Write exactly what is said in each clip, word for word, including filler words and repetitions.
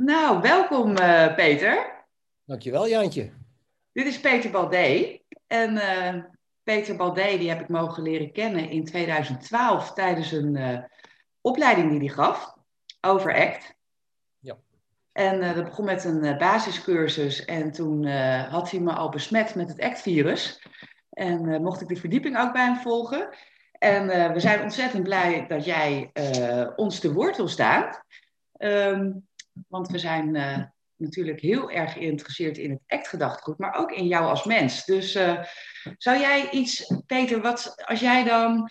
Nou, welkom uh, Peter. Dankjewel, Jaantje. Dit is Peter Baldé. En uh, Peter Baldé die heb ik mogen leren kennen in tweeduizend twaalf tijdens een uh, opleiding die hij gaf over ACT. Ja. En uh, dat begon met een uh, basiscursus en toen uh, had hij me al besmet met het ACT-virus. En uh, mocht ik de verdieping ook bij hem volgen. En uh, we zijn ontzettend blij dat jij uh, ons te woord wil staan. Um, want we zijn uh, natuurlijk heel erg geïnteresseerd in het ACT-gedachtegoed, maar ook in jou als mens. Dus uh, zou jij iets, Peter, wat, als jij dan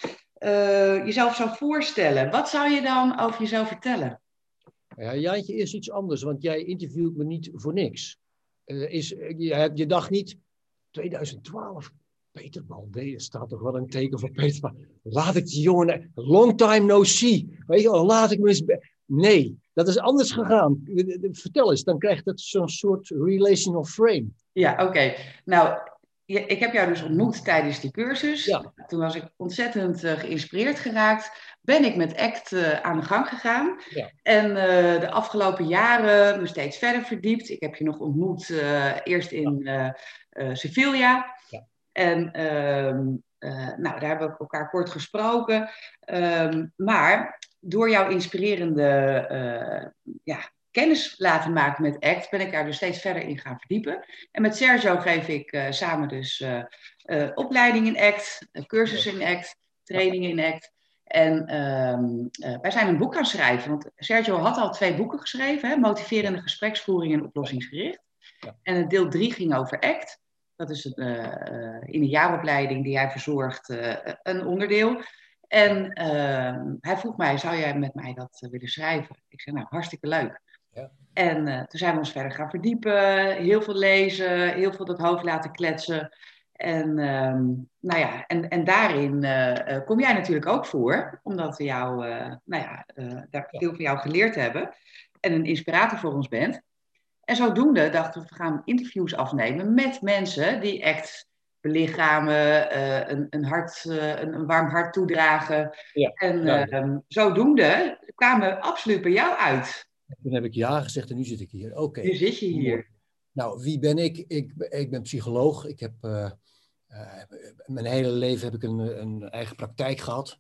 uh, jezelf zou voorstellen, wat zou je dan over jezelf vertellen? Ja, Jaantje, is iets anders, want jij interviewt me niet voor niks. Uh, is, je, je dacht niet, tweeduizend twaalf, Peter Baldé, er staat toch wel een teken voor Peter. Laat ik die jongen, long time no see. Weet je wel, laat ik me eens... Nee, dat is anders gegaan. Vertel eens, dan krijgt het zo'n soort relational frame. Ja, oké. Okay. Nou, ik heb jou dus ontmoet tijdens die cursus. Ja. Toen was ik ontzettend uh, geïnspireerd geraakt. Ben ik met ACT uh, aan de gang gegaan. Ja. En uh, de afgelopen jaren me steeds verder verdiept. Ik heb je nog ontmoet uh, eerst in uh, uh, Sevilla. Ja. En uh, uh, nou, daar hebben we elkaar kort gesproken. Um, maar door jouw inspirerende uh, ja, kennis laten maken met ACT, ben ik daar dus steeds verder in gaan verdiepen. En met Sergio geef ik uh, samen dus uh, uh, opleiding in ACT, uh, cursussen in ACT, trainingen in ACT. En um, uh, wij zijn een boek gaan schrijven, want Sergio had al twee boeken geschreven, hè, motiverende gespreksvoering en oplossingsgericht. Ja. En het deel drie ging over ACT. Dat is het, uh, uh, in de jaaropleiding die hij verzorgt uh, een onderdeel. En uh, hij vroeg mij, zou jij met mij dat uh, willen schrijven? Ik zei, nou, hartstikke leuk. Ja. En uh, toen zijn we ons verder gaan verdiepen, heel veel lezen, heel veel dat hoofd laten kletsen. En, um, nou ja, en, en daarin uh, uh, kom jij natuurlijk ook voor, omdat we jou, uh, nou ja, uh, daar veel van jou geleerd hebben en een inspirator voor ons bent. En zodoende dachten we, we gaan interviews afnemen met mensen die ACT belichamen, uh, een, een, hart, uh, een, een warm hart toedragen. Ja, en uh, zodoende kwamen we absoluut bij jou uit. Toen heb ik ja gezegd en nu zit ik hier. Oké. Okay. Nu zit je hier. Nou, wie ben ik? Ik, ik ben psycholoog. Ik heb, uh, uh, mijn hele leven heb ik een, een eigen praktijk gehad.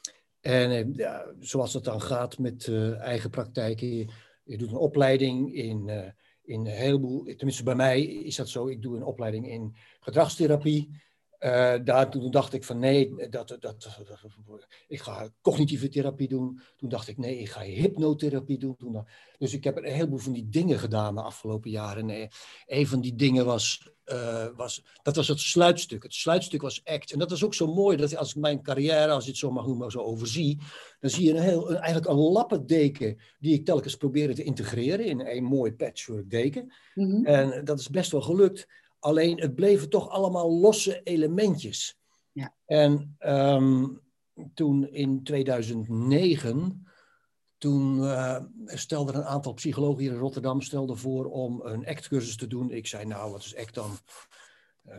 En uh, ja, zoals het dan gaat met uh, eigen praktijken. Je, je doet een opleiding in... Uh, In een heleboel, tenminste bij mij is dat zo, ik doe een opleiding in gedragstherapie. Uh, daar, toen dacht ik van nee, dat, dat, dat, dat, ik ga cognitieve therapie doen. Toen dacht ik nee, ik ga hypnotherapie doen. Toen, dus ik heb een heleboel van die dingen gedaan de afgelopen jaren. En een van die dingen was, uh, was, dat was het sluitstuk. Het sluitstuk was ACT. En dat is ook zo mooi, dat als ik mijn carrière, als ik het zo mag noemen, zo overzie, dan zie je een heel, een, eigenlijk een lappendeken die ik telkens probeerde te integreren in een mooi patchwork deken. Mm-hmm. En dat is best wel gelukt. Alleen het bleven toch allemaal losse elementjes. Ja. En um, toen in tweeduizend negen, toen uh, stelde een aantal psychologen hier in Rotterdam stelde voor om een ACT-cursus te doen. Ik zei, nou, wat is ACT dan? Uh,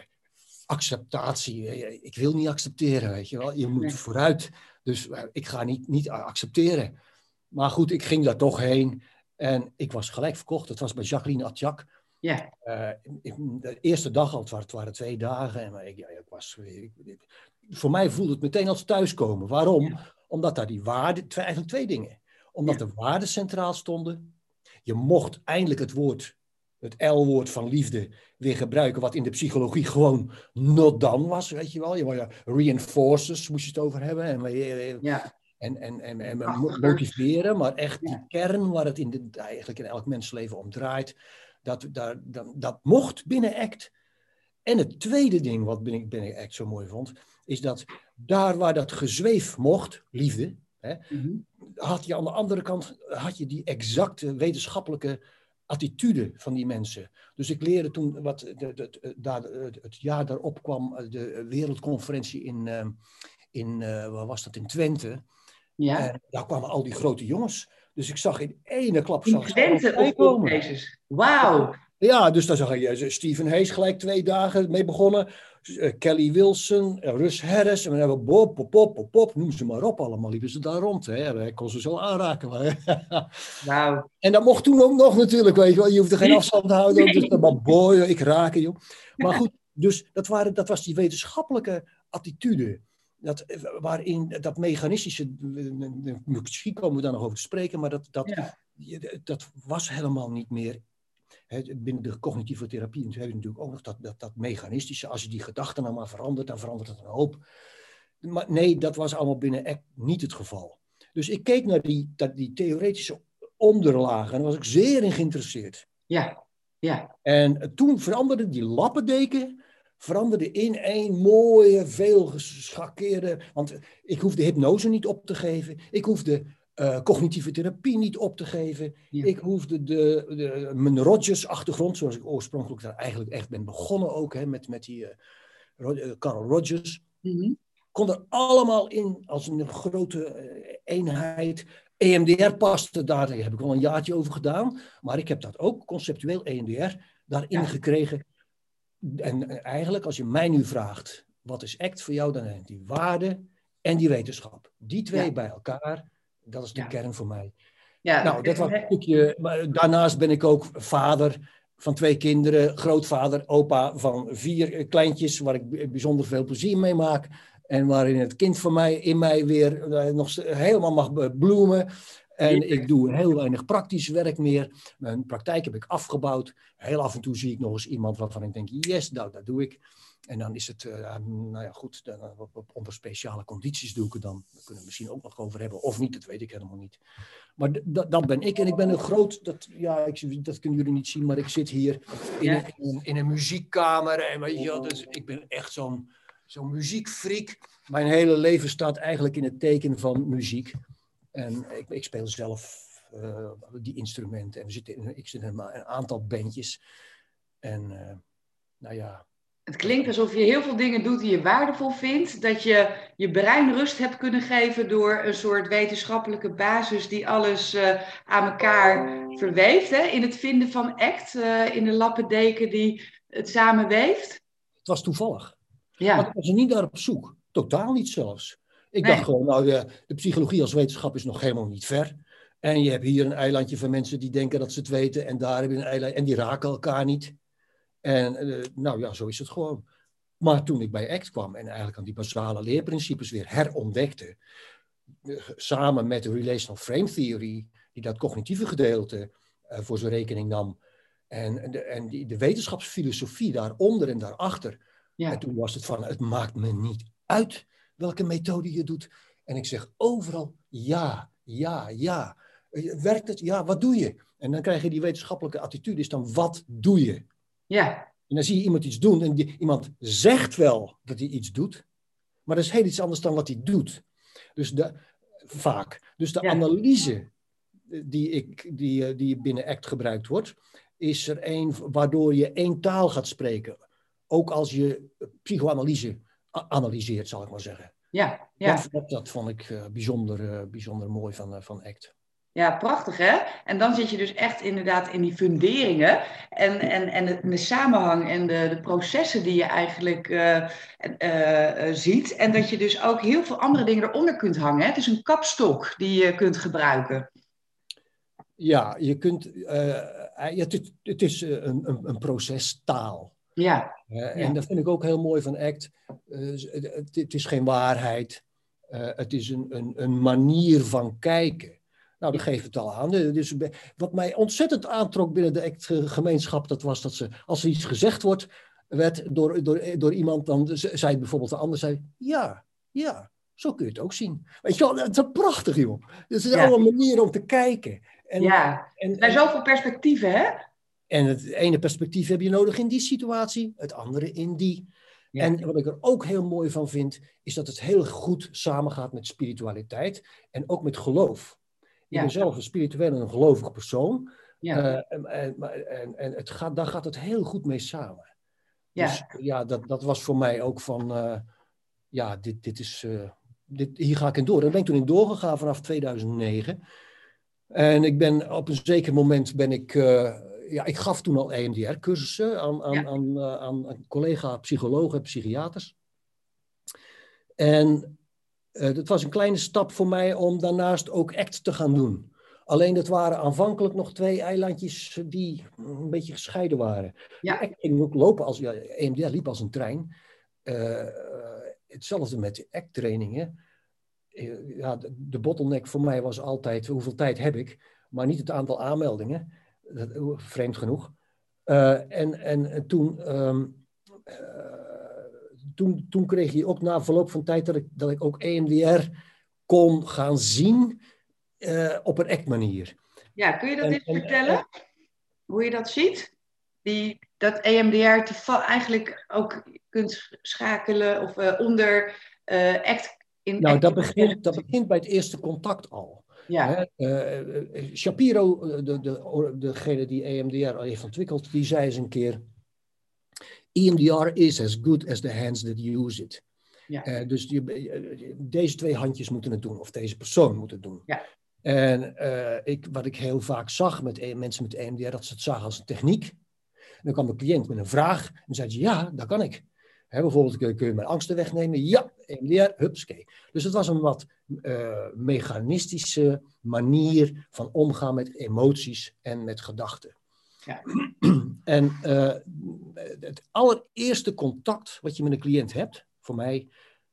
acceptatie. Ik wil niet accepteren, weet je wel. Je moet nee. vooruit. Dus uh, ik ga niet, niet accepteren. Maar goed, ik ging daar toch heen. En ik was gelijk verkocht. Het was bij Jacqueline Atjak. Ja. Uh, ik, de eerste dag al, het waren, het waren twee dagen. En ik, ja, ik was, ik, ik, voor mij voelde het meteen als thuiskomen. Waarom? Ja. Omdat daar die waarden, twee, eigenlijk twee dingen. Omdat ja. de waarden centraal stonden. Je mocht eindelijk het woord, het L-woord van liefde, weer gebruiken. Wat in de psychologie gewoon not done was, weet je wel. Je, ja, reinforcers moest je het over hebben. En, ja. en, en, en, en motiveren. Maar echt ja. die kern waar het in de, eigenlijk in elk mensleven om draait. Dat, dat, dat, dat mocht binnen ACT. En het tweede ding wat binnen, binnen ACT zo mooi vond, is dat daar waar dat gezweef mocht, liefde, hè, mm-hmm. had je aan de andere kant had je die exacte wetenschappelijke attitude van die mensen. Dus ik leerde toen, wat de, de, de, de, het jaar daarop kwam, de wereldconferentie in, uh, in uh, waar was dat, in Twente. Ja. En daar kwamen al die grote jongens. Dus ik zag in ene klap... In Twente op Wauw. Ja, dus dan zag je Stephen Hayes gelijk twee dagen mee begonnen. uh, Kelly Wilson, uh, Russ Harris. En we hebben Bob, Pop, Pop, Pop, Pop, noem ze maar op. Allemaal liepen ze daar rond. Hè. Ik kon ze zo aanraken. Maar, Wauw. En dat mocht toen ook nog natuurlijk, weet je wel. Je hoeft er geen afstand te houden. Dus dat maar boy, ik raken, joh. Maar goed, dus dat, waren, dat was die wetenschappelijke attitude. Dat, waarin dat mechanistische, misschien komen we daar nog over te spreken, maar dat, dat, Ja. dat was helemaal niet meer. He, binnen de cognitieve therapie heb je natuurlijk ook nog dat, dat, dat mechanistische. Als je die gedachten nou maar verandert, dan verandert het een hoop. Maar nee, dat was allemaal binnen ACT niet het geval. Dus ik keek naar die, dat, die theoretische onderlagen en daar was ik zeer in geïnteresseerd. Ja, ja. En toen veranderde die lappendeken veranderde in een mooie, veel geschakeerde. Want ik hoef de hypnose niet op te geven. Ik hoef de uh, cognitieve therapie niet op te geven. Ja. Ik hoefde de, de, mijn Rogers-achtergrond, zoals ik oorspronkelijk daar eigenlijk echt ben begonnen ook, hè, met, met die uh, Carl Rogers. Mm-hmm. Kon er allemaal in als een grote uh, eenheid. E M D R paste, daar heb ik al een jaartje over gedaan. Maar ik heb dat ook, conceptueel E M D R, daarin ja. gekregen. En eigenlijk, als je mij nu vraagt, wat is ACT voor jou? Dan zijn het die waarde en die wetenschap. Die twee ja. bij elkaar, dat is de ja. kern voor mij. Ja, nou, dat was een stukje. Maar daarnaast ben ik ook vader van twee kinderen, grootvader, opa van vier kleintjes, waar ik bijzonder veel plezier mee maak. En waarin het kind van mij in mij weer uh, nog helemaal mag bloemen. En ik doe heel weinig praktisch werk meer. Mijn praktijk heb ik afgebouwd. Heel af en toe zie ik nog eens iemand waarvan ik denk, yes, nou, dat doe ik. En dan is het, uh, nou ja, goed, dan, op, op, onder speciale condities doe ik het dan. Daar kunnen we het misschien ook nog over hebben. Of niet, dat weet ik helemaal niet. Maar d- d- dat ben ik. En ik ben een groot, dat, ja, ik, dat kunnen jullie niet zien, maar ik zit hier in, ja. een, in, in een muziekkamer. En weet je, dus ik ben echt zo'n, zo'n muziekfreak. Mijn hele leven staat eigenlijk in het teken van muziek. En ik, ik speel zelf uh, die instrumenten. En we zitten in, ik zit in een, een aantal bandjes. En uh, nou ja. Het klinkt alsof je heel veel dingen doet die je waardevol vindt. Dat je je brein rust hebt kunnen geven door een soort wetenschappelijke basis die alles uh, aan elkaar verweeft. Hè? In het vinden van ACT, uh, in de lappendeken die het samenweeft. Het was toevallig. Ja. Want ik was er niet naar op zoek. Totaal niet zelfs. Ik nee. dacht gewoon, nou de, de psychologie als wetenschap is nog helemaal niet ver. En je hebt hier een eilandje van mensen die denken dat ze het weten. En daar heb je een eiland. En die raken elkaar niet. En uh, nou ja, zo is het gewoon. Maar toen ik bij ACT kwam en eigenlijk aan die basale leerprincipes weer herontdekte. Uh, samen met de Relational Frame Theory. Die dat cognitieve gedeelte uh, voor zijn rekening nam. En, de, en die, de wetenschapsfilosofie daaronder en daarachter. Ja. En toen was het van, het maakt me niet uit welke methode je doet. En ik zeg overal ja, ja, ja. Werkt het? Ja, wat doe je? En dan krijg je die wetenschappelijke attitude, is dan wat doe je? Ja. En dan zie je iemand iets doen en die, iemand zegt wel dat hij iets doet, maar dat is heel iets anders dan wat hij doet. Dus de, vaak. Dus de ja. analyse die, ik, die, die binnen ACT gebruikt wordt, is er een waardoor je één taal gaat spreken. Ook als je psychoanalyse analyseert, zal ik maar zeggen. Ja, ja. Dat, dat, dat vond ik uh, bijzonder, uh, bijzonder mooi van, uh, van ACT. Ja, prachtig hè? En dan zit je dus echt inderdaad in die funderingen en, en, en de, de samenhang en de, de processen die je eigenlijk uh, uh, uh, ziet. En dat je dus ook heel veel andere dingen eronder kunt hangen. Hè? Het is een kapstok die je kunt gebruiken. Ja, je kunt, uh, het, is, het is een, een, een procestaal. Ja. Uh, en ja. dat vind ik ook heel mooi van ACT. Uh, het, het is geen waarheid. Uh, het is een, een, een manier van kijken. Nou, dat geeft het al aan. Dus wat mij ontzettend aantrok binnen de ACT-gemeenschap, dat was dat ze, als er iets gezegd wordt, werd door, door, door iemand, dan zei bijvoorbeeld de ander, zei, ja, ja, zo kun je het ook zien. Weet je wel, dat is prachtig, joh. Dus het is ja. allemaal manieren om te kijken. En, ja, en, er zijn zoveel perspectieven, hè? En het ene perspectief heb je nodig in die situatie, het andere in die. Ja. En wat ik er ook heel mooi van vind, is dat het heel goed samengaat met spiritualiteit en ook met geloof. Ik ja. ben zelf een spiritueel en een gelovig persoon. Ja. Uh, en, en, en het gaat, daar gaat het heel goed mee samen. Ja. Dus ja, dat, dat was voor mij ook van, uh, ja, dit, dit is, uh, dit, hier ga ik in door. Daar ben ik toen in doorgegaan vanaf tweeduizend negen. En ik ben op een zeker moment ben ik, uh, ja, ik gaf toen al E M D R-cursussen aan, aan, Ja. aan, uh, aan collega-psychologen en psychiaters. En uh, dat was een kleine stap voor mij om daarnaast ook ACT te gaan doen. Alleen dat waren aanvankelijk nog twee eilandjes die een beetje gescheiden waren. Ja. ACT ging ook lopen als, ja, E M D R liep als een trein. Uh, hetzelfde met de ACT-trainingen. Uh, ja, de, de bottleneck voor mij was altijd hoeveel tijd heb ik, maar niet het aantal aanmeldingen. Dat, vreemd genoeg. Uh, en, en toen, um, uh, toen, toen kreeg je ook na verloop van tijd dat ik, dat ik ook E M D R kon gaan zien uh, op een ACT manier. Ja, kun je dat en, eens en, vertellen? En, hoe je dat ziet? Die, dat E M D R te, eigenlijk ook kunt schakelen of uh, onder uh, ACT in Nou, ACT dat begint, dat begint bij het eerste contact al. Ja. Uh, uh, Shapiro, de, de, degene die E M D R heeft ontwikkeld, die zei eens een keer: E M D R is as good as the hands that use it. Ja. Uh, dus die, uh, deze twee handjes moeten het doen, of deze persoon moet het doen. Ja. En uh, ik, wat ik heel vaak zag met e- mensen met E M D R, dat ze het zagen als een techniek. En dan kwam de cliënt met een vraag en dan zei ze: ja, dat kan ik. He, bijvoorbeeld, kun je mijn angsten wegnemen? Ja, E M D R, hupskee. Dus het was een wat uh, mechanistische manier van omgaan met emoties en met gedachten. Ja. En uh, het allereerste contact wat je met een cliënt hebt, voor mij,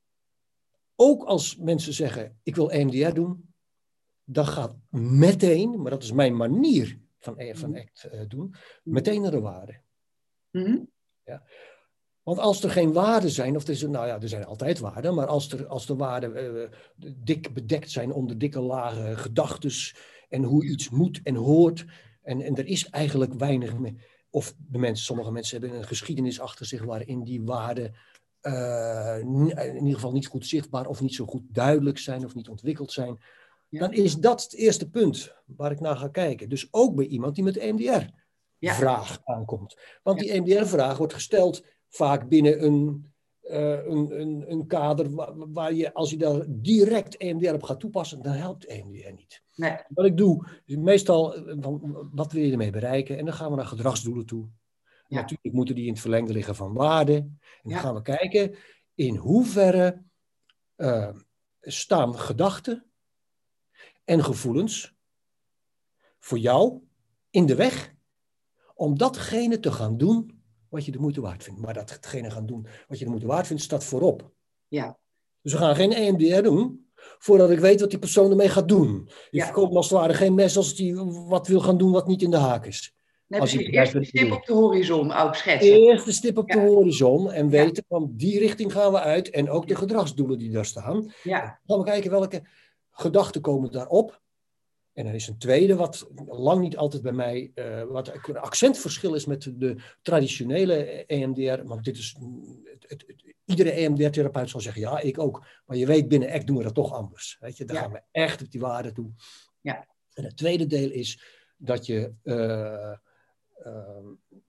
ook als mensen zeggen: ik wil E M D R doen, dan gaat meteen, maar dat is mijn manier van, van ACT uh, doen, meteen naar de waarde. Mm-hmm. Ja. Want als er geen waarden zijn, of er, is, nou ja, er zijn altijd waarden, maar als, er, als de waarden uh, dik bedekt zijn onder dikke lagen gedachtes en hoe iets moet en hoort, en, en er is eigenlijk weinig meer, of de mensen, sommige mensen hebben een geschiedenis achter zich waarin die waarden uh, in ieder geval niet goed zichtbaar of niet zo goed duidelijk zijn of niet ontwikkeld zijn, ja. Dan is dat het eerste punt waar ik naar ga kijken. Dus ook bij iemand die met E M D R-vraag ja. aankomt. Want die E M D R-vraag wordt gesteld vaak binnen een, uh, een, een, een kader waar, waar je, als je daar direct E M D R op gaat toepassen, dan helpt E M D R niet. Nee. Wat ik doe, is meestal, wat wil je ermee bereiken? En dan gaan we naar gedragsdoelen toe. Ja. Natuurlijk moeten die in het verlengde liggen van waarden. En dan ja. gaan we kijken in hoeverre uh, staan gedachten en gevoelens voor jou in de weg om datgene te gaan doen wat je de moeite waard vindt. Maar datgene gaan doen wat je de moeite waard vindt, staat voorop. Ja. Dus we gaan geen E M D R doen voordat ik weet wat die persoon ermee gaat doen. Je ja. verkoopt als het ware geen mes als die wat wil gaan doen wat niet in de haak is. Nee, precies. Eerst de stip op de horizon ook schetsen. Eerst de stip op ja. de horizon en weten ja. van die richting gaan we uit en ook de gedragsdoelen die daar staan. Ja. Dan gaan we kijken welke gedachten komen daarop. En er is een tweede, wat lang niet altijd bij mij, uh, wat een accentverschil is met de traditionele E M D R. Want dit is, het, het, het, iedere E M D R-therapeut zal zeggen, ja, ik ook. Maar je weet, binnen ACT doen we dat toch anders. Weet je, daar ja. gaan we echt op die waarde toe. Ja. En het tweede deel is dat je, uh, uh,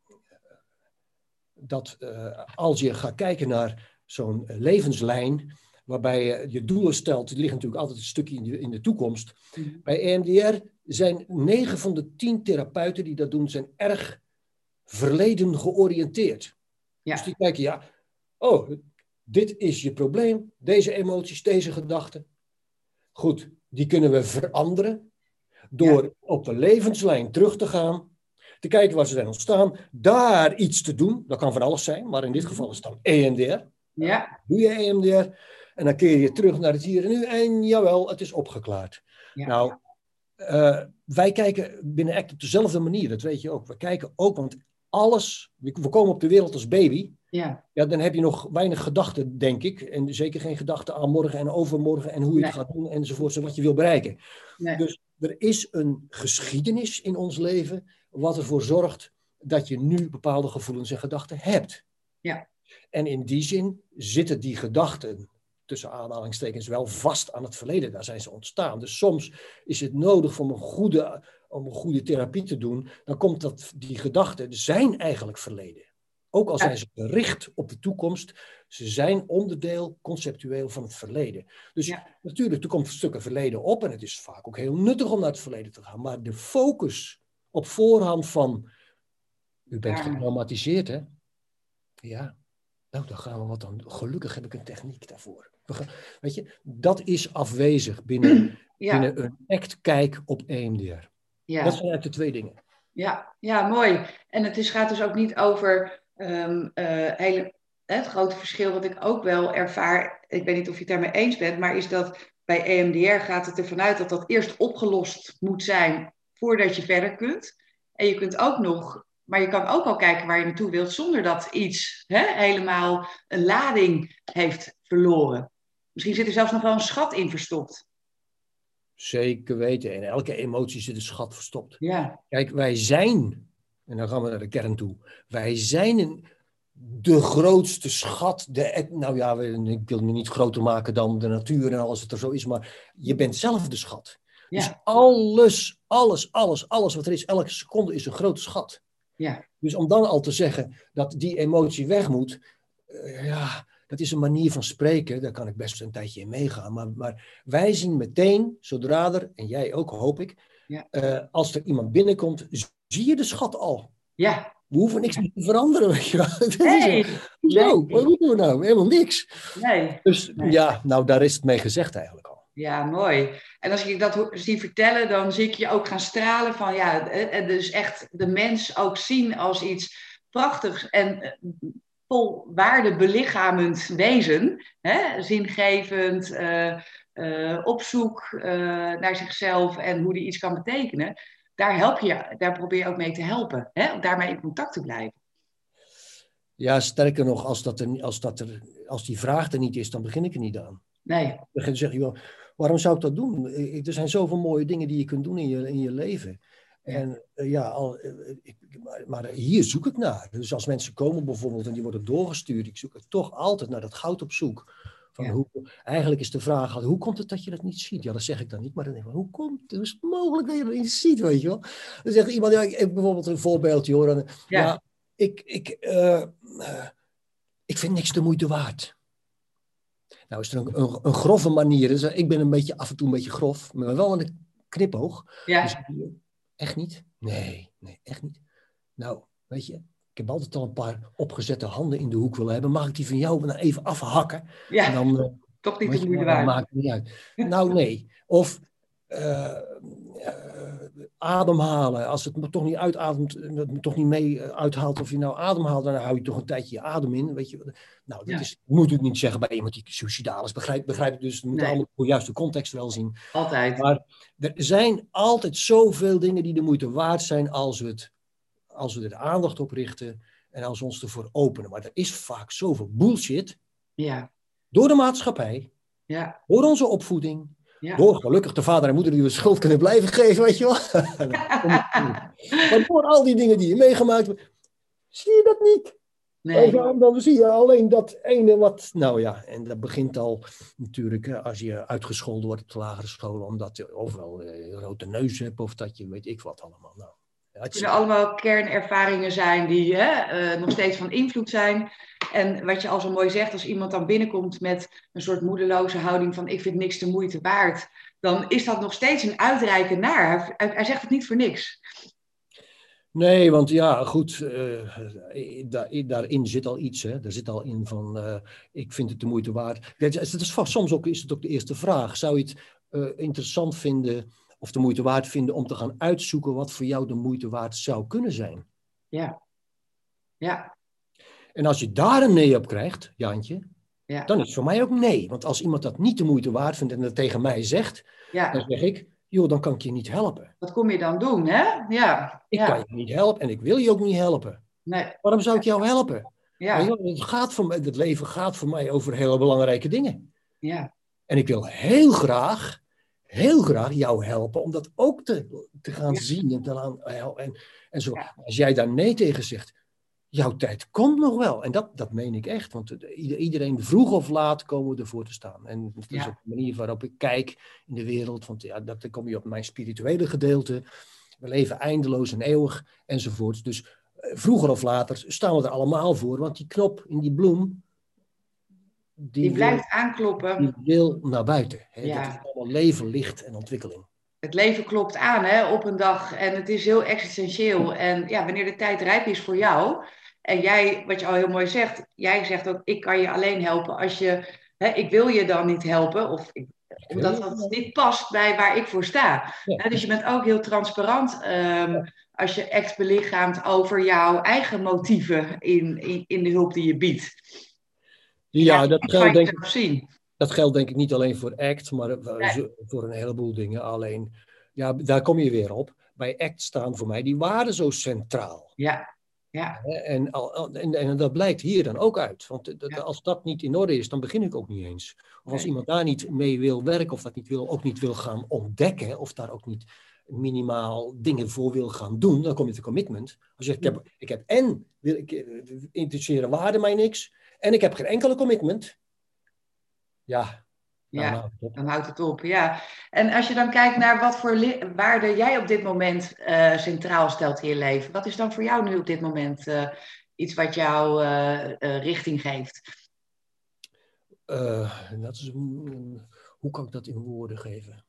dat uh, als je gaat kijken naar zo'n levenslijn, waarbij je je doelen stelt, die liggen natuurlijk altijd een stukje in de, in de toekomst. Mm-hmm. Bij E M D R zijn negen van de tien therapeuten die dat doen, zijn erg verleden georiënteerd. Ja. Dus die kijken, ja, oh, dit is je probleem, deze emoties, deze gedachten. Goed, die kunnen we veranderen door ja. op de levenslijn terug te gaan, te kijken waar ze zijn ontstaan, daar iets te doen. Dat kan van alles zijn, maar in dit geval is het dan E M D R. Ja. Doe je E M D R en dan keer je terug naar het hier en nu en jawel, het is opgeklaard. Ja. Nou, uh, wij kijken binnen ACT op dezelfde manier, dat weet je ook. We kijken ook, want alles, we komen op de wereld als baby. Ja. Ja, dan heb je nog weinig gedachten, denk ik. En zeker geen gedachten aan morgen en overmorgen en hoe je nee. het gaat doen enzovoort en wat je wil bereiken. Nee. Dus er is een geschiedenis in ons leven wat ervoor zorgt dat je nu bepaalde gevoelens en gedachten hebt. Ja. En in die zin zitten die gedachten, tussen aanhalingstekens, wel vast aan het verleden. Daar zijn ze ontstaan. Dus soms is het nodig om een goede, om een goede therapie te doen. Dan komt dat, die gedachten zijn eigenlijk verleden. Ook al zijn ze gericht op de toekomst, ze zijn onderdeel conceptueel van het verleden. Dus ja. natuurlijk, er komt stukken verleden op en het is vaak ook heel nuttig om naar het verleden te gaan. Maar de focus op voorhand van U bent Daar. getraumatiseerd, hè? Ja. Nou, dan gaan we wat dan. Gelukkig heb ik een techniek daarvoor. We gaan, weet je, dat is afwezig binnen, Ja, binnen een act kijk op E M D R. ja. Dat zijn eigenlijk de twee dingen. Ja, ja, mooi. En het is, gaat dus ook niet over um, uh, hele, het grote verschil wat ik ook wel ervaar. Ik weet niet of je het daarmee eens bent, maar is dat bij E M D R gaat het ervan uit dat dat eerst opgelost moet zijn voordat je verder kunt. En je kunt ook nog, maar je kan ook al kijken waar je naartoe wilt zonder dat iets hè, helemaal een lading heeft verloren. Misschien zit er zelfs nog wel een schat in verstopt. Zeker weten. En elke emotie zit een schat verstopt. Ja. Kijk, wij zijn, en dan gaan we naar de kern toe. Wij zijn een, de grootste schat. De, nou ja, ik wil me niet groter maken dan de natuur en alles wat er zo is. Maar je bent zelf de schat. Ja. Dus alles, alles, alles, alles wat er is, elke seconde is een grote schat. Ja. Dus om dan al te zeggen dat die emotie weg moet, uh, ja, dat is een manier van spreken. Daar kan ik best een tijdje in meegaan. Maar, maar wij zien meteen, zodra er, en jij ook hoop ik, ja. uh, als er iemand binnenkomt, zie je de schat al. Ja. We hoeven niks meer te veranderen, weet je wel. Nee. Hoezo? Nee. Wat moeten we nou? Helemaal niks. Nee. Dus nee. ja, nou daar is het mee gezegd eigenlijk al. Ja, mooi. En als ik dat zie vertellen, dan zie ik je ook gaan stralen van ja, dus echt de mens ook zien als iets prachtigs en vol waarde belichamend wezen. Hè? Zingevend, uh, uh, op zoek uh, naar zichzelf en hoe die iets kan betekenen. Daar help je, daar probeer je ook mee te helpen. Hè? Om daarmee in contact te blijven. Ja, sterker nog, als, dat er, als, dat er, als die vraag er niet is, dan begin ik er niet aan. Nee. Dan zeg je wel, waarom zou ik dat doen? Er zijn zoveel mooie dingen die je kunt doen in je, in je leven. Ja. En uh, ja, al, uh, ik, maar, maar hier zoek ik naar. Dus als mensen komen bijvoorbeeld en die worden doorgestuurd, ik zoek er toch altijd naar dat goud op zoek. Van ja. hoe, eigenlijk is de vraag, hoe komt het dat je dat niet ziet? Ja, dat zeg ik dan niet, maar dan denk ik, hoe komt het? Hoe is het mogelijk dat je dat niet ziet, weet je wel? Dan zegt iemand, ja, ik heb bijvoorbeeld een voorbeeldje hoor. Dan, ja. ja, ik, ik, uh, uh, ik vind niks de moeite waard. Nou is er een, een, een grove manier. Dus ik ben een beetje af en toe een beetje grof, maar wel met een knipoog. Ja. Dus, echt niet? Nee, nee, echt niet. Nou, weet je, ik heb altijd al een paar opgezette handen in de hoek willen hebben. Mag ik die van jou nou even afhakken? Ja, en dan, uh, toch niet de moeite waard. Maakt het niet uit. Nou, nee. Of uh, uh, ademhalen. Als het me toch niet uitademt, het me toch niet mee uithaalt of je nou ademhaalt, dan hou je toch een tijdje je adem in. Weet je. Nou, dat ja. is, moet ik niet zeggen bij iemand die suicidaal is. Begrijp, begrijp ik dus. Het moet nee. allemaal voor juist de context wel zien. Altijd. Maar er zijn altijd zoveel dingen die de moeite waard zijn als we, het, als we er de aandacht op richten en als we ons ervoor openen. Maar er is vaak zoveel bullshit. Ja. Door de maatschappij. Ja. Door onze opvoeding. Ja. Door gelukkig de vader en moeder die we schuld kunnen blijven geven, weet je wel. Maar door al die dingen die je meegemaakt hebt, zie je dat niet. Nee. Dan, dan zie je alleen dat ene wat... Nou ja, en dat begint al natuurlijk als je uitgescholden wordt op de lagere school, omdat je ofwel een rode neus hebt of dat je weet ik wat allemaal. Nou, het kunnen allemaal kernervaringen zijn die hè, uh, nog steeds van invloed zijn. En wat je al zo mooi zegt, als iemand dan binnenkomt met een soort moedeloze houding van ik vind niks de moeite waard, dan is dat nog steeds een uitreiken naar. Hij, hij zegt het niet voor niks. Nee, want ja, goed, uh, daar, daarin zit al iets. Hè. Er zit al in van, uh, ik vind het de moeite waard. Het is, soms ook, is het ook de eerste vraag. Zou je het uh, interessant vinden of de moeite waard vinden om te gaan uitzoeken wat voor jou de moeite waard zou kunnen zijn? Ja. Ja. En als je daar een nee op krijgt, Jantje, ja. dan is het voor mij ook nee. Want als iemand dat niet de moeite waard vindt en dat tegen mij zegt, ja. dan zeg ik, joh, dan kan ik je niet helpen. Wat kom je dan doen, hè? Ja. Ik ja. kan je niet helpen en ik wil je ook niet helpen. Nee. Waarom zou ik jou helpen? Ja. Het, gaat voor mij, het leven gaat voor mij over hele belangrijke dingen. Ja. En ik wil heel graag, heel graag jou helpen om dat ook te, te gaan ja. zien en, te gaan, en, en zo. Ja. Als jij daar nee tegen zegt, jouw tijd komt nog wel. En dat, dat meen ik echt. Want iedereen vroeg of laat komen we ervoor te staan. En dat is ja. ook de manier waarop ik kijk in de wereld. Want ja, dat, dan kom je op mijn spirituele gedeelte. We leven eindeloos en eeuwig enzovoort. Dus vroeger of later staan we er allemaal voor. Want die knop in die bloem, Die, die blijft wil, aankloppen. Die wil naar buiten. Hè? Ja. Dat is allemaal leven, licht en ontwikkeling. het leven klopt aan, hè, op een dag en het is heel existentieel. En ja, wanneer de tijd rijp is voor jou, en jij, wat je al heel mooi zegt, jij zegt ook, ik kan je alleen helpen als je, hè, ik wil je dan niet helpen, of ik, Ik wil omdat je dat wel. niet past bij waar ik voor sta. Ja, Hè, dus je bent ook heel transparant ehm, als je echt belichaamt over jouw eigen motieven in, in, in de hulp die je biedt. En ja, ja dat dat kan geldt je denk zelf ik, zien. dat geldt denk ik niet alleen voor ACT, maar Nee, voor een heleboel dingen. Alleen, ja, daar kom je weer op. Bij ACT staan voor mij die waarden zo centraal. ja, ja, En, en, en dat blijkt hier dan ook uit. Want dat, ja. als dat niet in orde is, dan begin ik ook niet eens. Of als Nee. iemand daar niet mee wil werken, of dat niet wil, ook niet wil gaan ontdekken, of daar ook niet minimaal dingen voor wil gaan doen, dan kom je te commitment. Als je zegt, ik heb, ik heb en, wil ik, interesseren waarden mij niks, en ik heb geen enkele commitment. Ja, dan Ja, houdt het op. dan houdt het op. Ja. En als je dan kijkt naar wat voor li- waarde jij op dit moment eh, centraal stelt in je leven, wat is dan voor jou nu op dit moment eh, iets wat jou eh, eh, richting geeft? Uh, dat is een, een, hoe kan ik dat in woorden geven?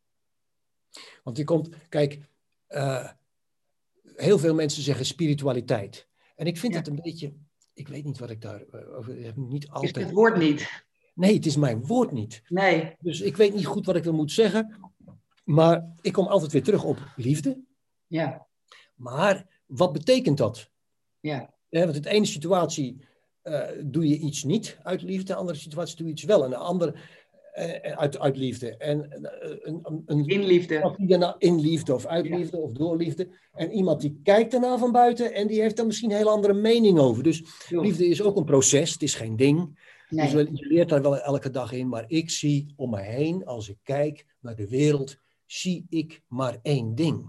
Want je komt, kijk, uh, heel veel mensen zeggen spiritualiteit. En ik vind Ja. het een beetje, ik weet niet wat ik daar over heb, niet Is altijd. het woord niet? Nee, het is mijn woord niet. Nee. Dus ik weet niet goed wat ik er moet zeggen. Maar ik kom altijd weer terug op liefde. Ja. Maar wat betekent dat? Ja. Ja, want in de ene situatie uh, doe je iets niet uit liefde, in de andere situatie doe je iets wel. En de andere uh, uit, uit liefde. En uh, een, een, In liefde. een, in liefde of uit liefde ja. of door liefde. En iemand die kijkt ernaar van buiten en die heeft daar misschien een hele andere mening over. Dus jo. Liefde is ook een proces, het is geen ding. Nee. Dus je leert daar wel elke dag in. Maar ik zie om me heen, als ik kijk naar de wereld, zie ik maar één ding.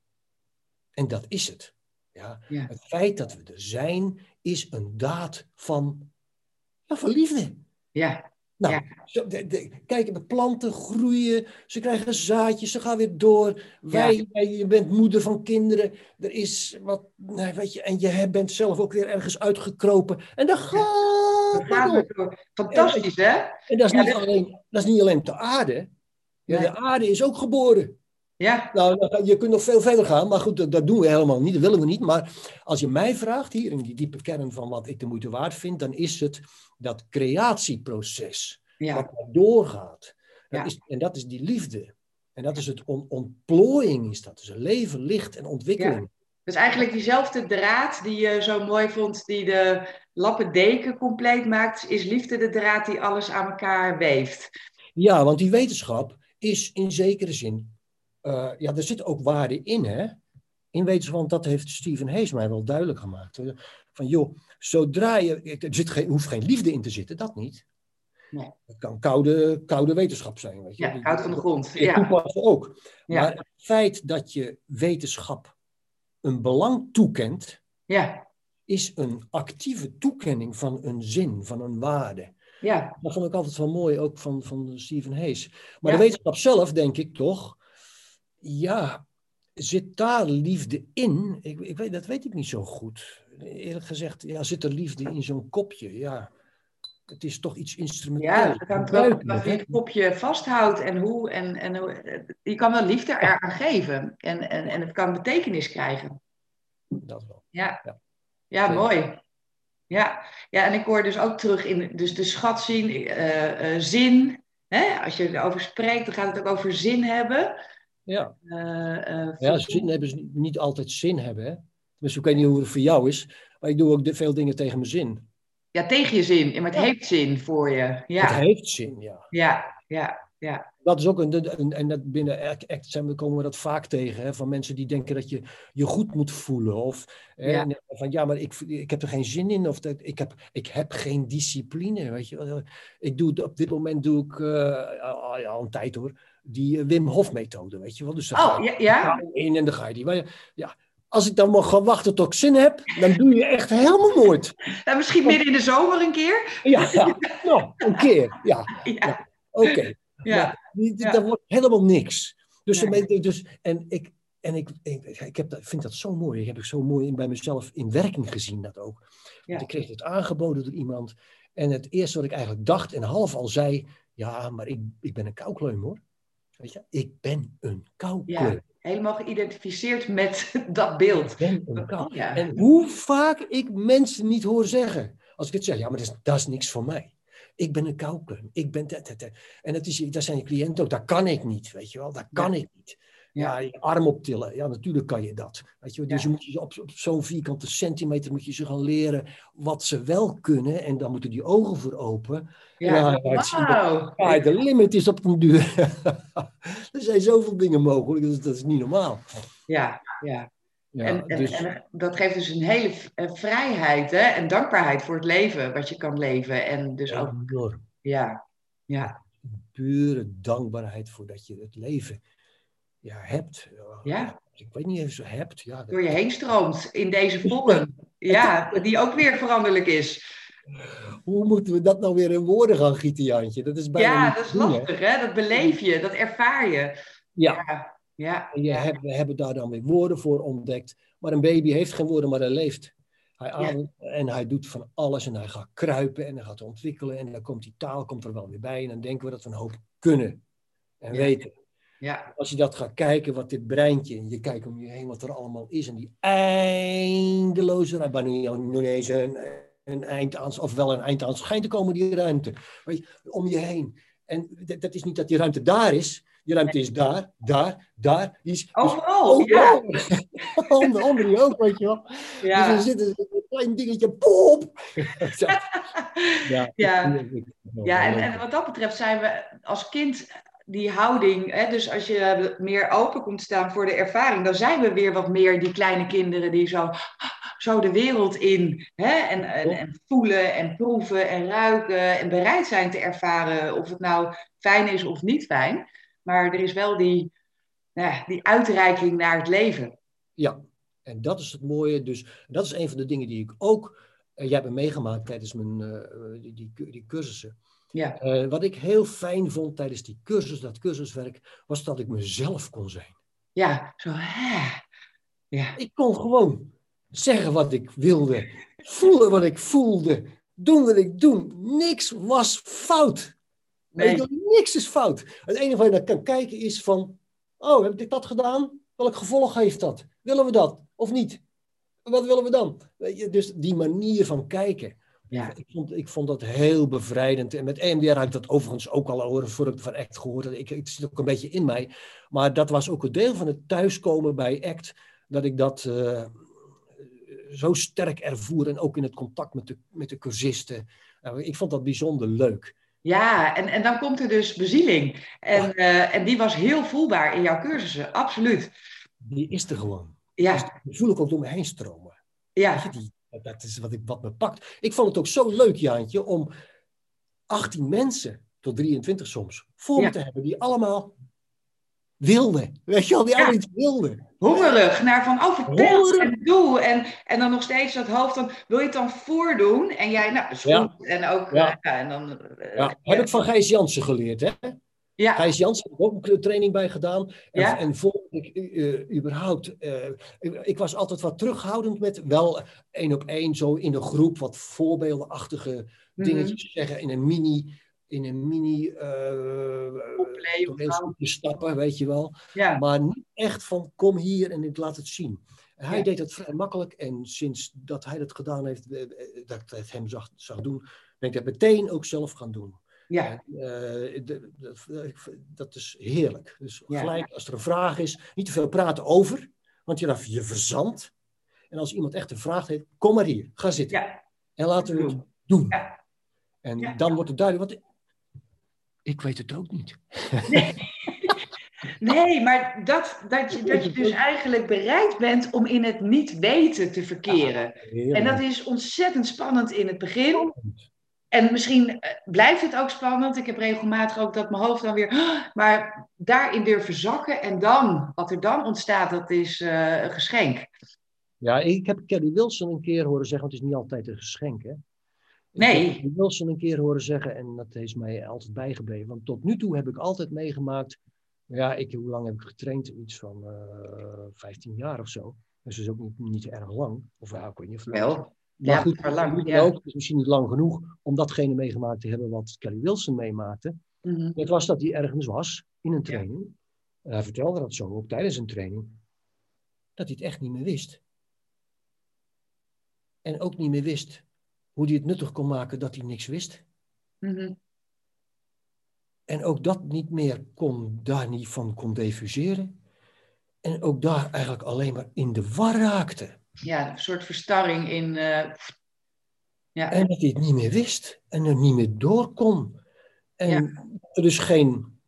En dat is het. Ja? Ja. Het feit dat we er zijn, is een daad van, ja, van liefde. Ja. Nou, ja. Zo, de, de, kijk, de planten groeien, ze krijgen zaadjes, ze gaan weer door. Wij, ja. Je bent moeder van kinderen, er is wat, nou, weet je, en je bent zelf ook weer ergens uitgekropen. En dan gaat het gaat door. door. Fantastisch, en, hè? En dat is, ja, niet dit... alleen, dat is niet alleen de aarde. Ja, nee. De aarde is ook geboren. Ja. Nou, je kunt nog veel verder gaan, maar goed, dat, dat doen we helemaal niet, dat willen we niet. Maar als je mij vraagt, hier in die diepe kern van wat ik de moeite waard vind, dan is het dat creatieproces, ja. wat doorgaat. Dat ja. is, en dat is die liefde. En dat is het on, ontplooiing, is dat. Dus leven, licht en ontwikkeling. Ja. Dus eigenlijk diezelfde draad die je zo mooi vond, die de lappendeken compleet maakt, is liefde de draad die alles aan elkaar weeft. Ja, want die wetenschap is in zekere zin... Uh, ja, er zit ook waarde in, hè? In wetenschap, want dat heeft Stephen Hayes mij wel duidelijk gemaakt. Van joh, zodra je... Er zit geen, hoeft geen liefde in te zitten, dat niet. Nee. Het kan koude, koude wetenschap zijn, weet je. Ja, koud van de grond. Je toepassen ook. Ja. Maar het feit dat je wetenschap een belang toekent, ja. is een actieve toekenning van een zin, van een waarde. Ja. Dat vond ik altijd wel mooi, ook van, van Stephen Hayes. Maar ja. de wetenschap zelf, denk ik toch... Ja, zit daar liefde in? Ik, ik weet, dat weet ik niet zo goed. Eerlijk gezegd, ja, zit er liefde in zo'n kopje? Ja, het is toch iets instrumentaals. Ja, het hangt wel wat je het kopje vasthoudt en hoe. En, en hoe, je kan wel liefde eraan geven. En, en, en het kan betekenis krijgen. Dat wel. Ja, ja. ja mooi. Ja. ja, en ik hoor dus ook terug in dus de schat zien, uh, uh, zin. Hè? Als je erover spreekt, dan gaat het ook over zin hebben. Ja, uh, uh, ja zin hebben is niet altijd zin hebben. Hè? Dus ik weet niet hoe het voor jou is, maar ik doe ook de, veel dingen tegen mijn zin. Ja, tegen je zin, maar het ja. heeft zin voor je. Ja. Het heeft zin, ja. Ja, ja, ja. Dat is ook een, een en dat binnen ACT zijn we komen we dat vaak tegen, hè, van mensen die denken dat je je goed moet voelen. Of ja. Hè, van ja, maar ik, ik heb er geen zin in, of dat, ik, heb, ik heb geen discipline. Weet je. Ik doe, op dit moment doe ik uh, al, al een tijd hoor. Die Wim Hof methode, weet je wel. Dus dan oh, ga je ja, ja. in en dan ga je die. Maar ja, als ik dan mag gaan wachten tot ik zin heb, dan doe je echt helemaal nooit. Nou, misschien midden in de zomer een keer. Ja, ja. Nou, een keer. Ja, ja. ja. Oké. Okay. Ja. Maar die, die, ja. dat wordt helemaal niks. Dus, nee. dus en ik, en ik, ik, ik heb dat, vind dat zo mooi. Ik heb ik zo mooi bij mezelf in werking gezien dat ook. Want ja. ik kreeg het aangeboden door iemand. En het eerste wat ik eigenlijk dacht en half al zei, ja, maar ik, ik ben een koukleum hoor. Weet je, ik ben een koukleur. Ja, helemaal geïdentificeerd met dat beeld. Ik ben een kou. Oh, ja. En hoe vaak ik mensen niet hoor zeggen, als ik het zeg, ja, maar dat is, dat is niks voor mij. Ik ben een koukleur. Ik ben dat, dat, dat. En dat, is, dat zijn je cliënten ook. Dat kan ik niet, weet je wel. Dat kan Ja. ik niet. Ja, je arm optillen. Ja, natuurlijk kan je dat. Weet je wel? Dus Ja. je moet je op, op zo'n vierkante centimeter moet je ze gaan leren wat ze wel kunnen. En dan moeten die ogen voor open. Ja, Ja, ja, zie je wauw. dat ah, de limit is op den duur. Er zijn zoveel dingen mogelijk. Dus dat is niet normaal. Ja, ja. Ja, En, en, dus... en dat geeft dus een hele v- eh, vrijheid, hè? En dankbaarheid voor het leven, wat je kan leven. En dus ook, enorm. ja, ja, Pure dankbaarheid voor dat je het leven ja, hebt. ja. Ja, ik weet niet even zo hebt. Ja, dat, Door je heen stroomt in deze vorm. Ja, die ook weer veranderlijk is. hoe moeten we dat nou weer in woorden gaan gieten, Jantje? Dat is bijna Ja, niet dat te is doen, hè? lastig, hè? Dat beleef je, dat ervaar je. Ja, Ja, ja, en je ja, hebt, we hebben daar dan weer woorden voor ontdekt. Maar een baby heeft geen woorden, maar hij leeft. Hij ja, ademt en hij doet van alles en hij gaat kruipen en hij gaat ontwikkelen. En dan komt die taal komt er wel weer bij. En dan denken we dat we een hoop kunnen en ja, weten. ja. Als je dat gaat kijken, wat dit breintje, en je kijkt om je heen wat er allemaal is, en die eindeloze ruimte, waar nu nog eens een, een eind aan, of wel een eind aan schijnt te komen, die ruimte, weet je, om je heen. En dat, dat is niet dat die ruimte daar is, die ruimte is daar, daar, daar, die is Overal, dus ja. overal. onder, onder je ook, weet je wel. Ja. Dus er zit een klein dingetje, pop! Ja, Ja, ik, ik, ik, ja en, en wat dat betreft zijn we als kind die houding, hè, dus als je meer open komt staan voor de ervaring, dan zijn we weer wat meer die kleine kinderen die zo, zo de wereld in, hè, en, en, en voelen en proeven en ruiken en bereid zijn te ervaren of het nou fijn is of niet fijn. Maar er is wel die, nou ja, die uitreiking naar het leven. Ja, en dat is het mooie. Dus dat is een van de dingen die ik ook, uh, jij hebt me meegemaakt tijdens mijn, uh, die, die, die cursussen. Ja. Uh, wat ik heel fijn vond tijdens die cursus, dat cursuswerk, was dat ik mezelf kon zijn. Ja, zo hè. Ja. Ik kon gewoon zeggen wat ik wilde, voelen wat ik voelde, doen wat ik doe. Niks was fout. Nee. Weet je, niks is fout. Het enige waar je naar kan kijken is van, oh, heb ik dat gedaan? Welk gevolg heeft dat? Willen we dat of niet? Wat willen we dan? Weet je, dus die manier van kijken. Ja. Ik, vond, ik vond dat heel bevrijdend. En met E M D R had ik dat overigens ook al over voor ik van ACT gehoord. Ik, het zit ook een beetje in mij. Maar dat was ook een deel van het thuiskomen bij ACT. Dat ik dat uh, zo sterk ervoer. En ook in het contact met de, met de cursisten. Uh, ik vond dat bijzonder leuk. Ja, en, en dan komt er dus bezieling. En, ja. uh, en die was heel voelbaar in jouw cursussen, absoluut. Die is er gewoon. Ja. Dus die voel ik ook door me heen stromen. Ja. Weet je, die, dat is wat, ik, wat me pakt. Ik vond het ook zo leuk, Jaantje, om achttien mensen, tot drieëntwintig soms, voor ja. me te hebben die allemaal wilden. Weet je wel, die ja. allemaal iets wilden. Hongerig, naar van, oh vertel Hongerig. En doe. En, en dan nog steeds dat hoofd, dan wil je het dan voordoen. En jij, nou, dat is goed. Ja. En ook, ja. Uh, ja, en dan... Uh, ja. Heb ik van Gijs Jansen geleerd, hè? Ja. Gijs Jansen heb ik ook een training bij gedaan. En, ja. en voor ik uh, überhaupt... Uh, ik, ik was altijd wat terughoudend met wel één op één zo in de groep wat voorbeeldenachtige mm-hmm. dingetjes zeggen in een mini... in een mini toneelstukje uh, stappen, weet je wel. Ja. Maar niet echt van kom hier en ik laat het zien. Hij ja. deed het vrij makkelijk en sinds dat hij dat gedaan heeft, dat ik het hem zag, zag doen, ben ik dat meteen ook zelf gaan doen. Ja. En, uh, de, de, dat is heerlijk. Dus ja. gelijk als er een vraag is, niet te veel praten over, want je, je verzandt. En als iemand echt een vraag heeft, kom maar hier, ga zitten. Ja. En laten we het doen. Ja. En ja. dan wordt het duidelijk, want ik weet het ook niet. Nee, nee maar dat, dat, je, dat je dus eigenlijk bereid bent om in het niet weten te verkeren. Ja, en dat is ontzettend spannend in het begin. En misschien blijft het ook spannend. Ik heb regelmatig ook dat mijn hoofd dan weer... Maar daarin durven zakken en dan, wat er dan ontstaat, dat is uh, een geschenk. Ja, ik heb Kelly Wilson een keer horen zeggen, want het is niet altijd een geschenk, hè? Nee. Ik heb Kelly Wilson een keer horen zeggen en dat is mij altijd bijgebleven. Want tot nu toe heb ik altijd meegemaakt... Ja, ik, hoe lang heb ik getraind? Iets van uh, vijftien jaar of zo. Dus dat is ook niet, niet erg lang. Of ja, ik weet niet of het wel. Maar ja, goed, maar lang, ja. ook, het is misschien niet lang genoeg om datgene meegemaakt te hebben wat Kelly Wilson meemaakte. Mhm. Het was dat hij ergens was, in een Ja. training. En hij vertelde dat zo ook tijdens een training. Dat hij het echt niet meer wist. En ook niet meer wist hoe hij het nuttig kon maken dat hij niks wist. Mhm. En ook dat niet meer kon, daar niet van kon diffuseren. En ook daar eigenlijk alleen maar in de war raakte. Ja, een soort verstarring in... eh, ja. En dat hij het niet meer wist. En er niet meer door kon. En Ja. er dus geen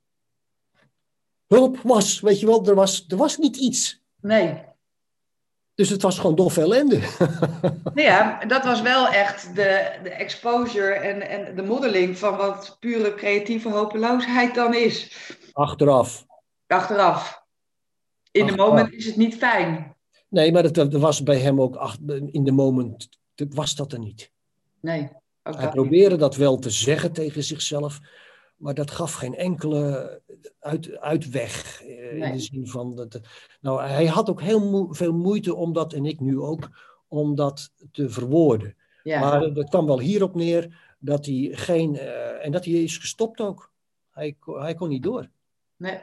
hulp was. Weet je wel, er was, er was niet iets. Nee. Dus het was gewoon doffe ellende. Nou ja, dat was wel echt de, de exposure en, en de modeling van wat pure creatieve hopeloosheid dan is. Achteraf. Achteraf. In de Achteraf. moment is het niet fijn. Nee, maar dat, dat was bij hem ook ach- in de moment, was dat er niet. Nee, ook Hij dat niet. probeerde dat wel te zeggen tegen zichzelf, maar dat gaf geen enkele uit, uitweg. eh, In Nee. de zin van, dat, nou, hij had ook heel moe- veel moeite om dat, en ik nu ook, om dat te verwoorden. Ja. Maar dat kwam wel hierop neer dat hij geen, eh, en dat hij is gestopt ook. Hij, ko- hij kon niet door. Nee.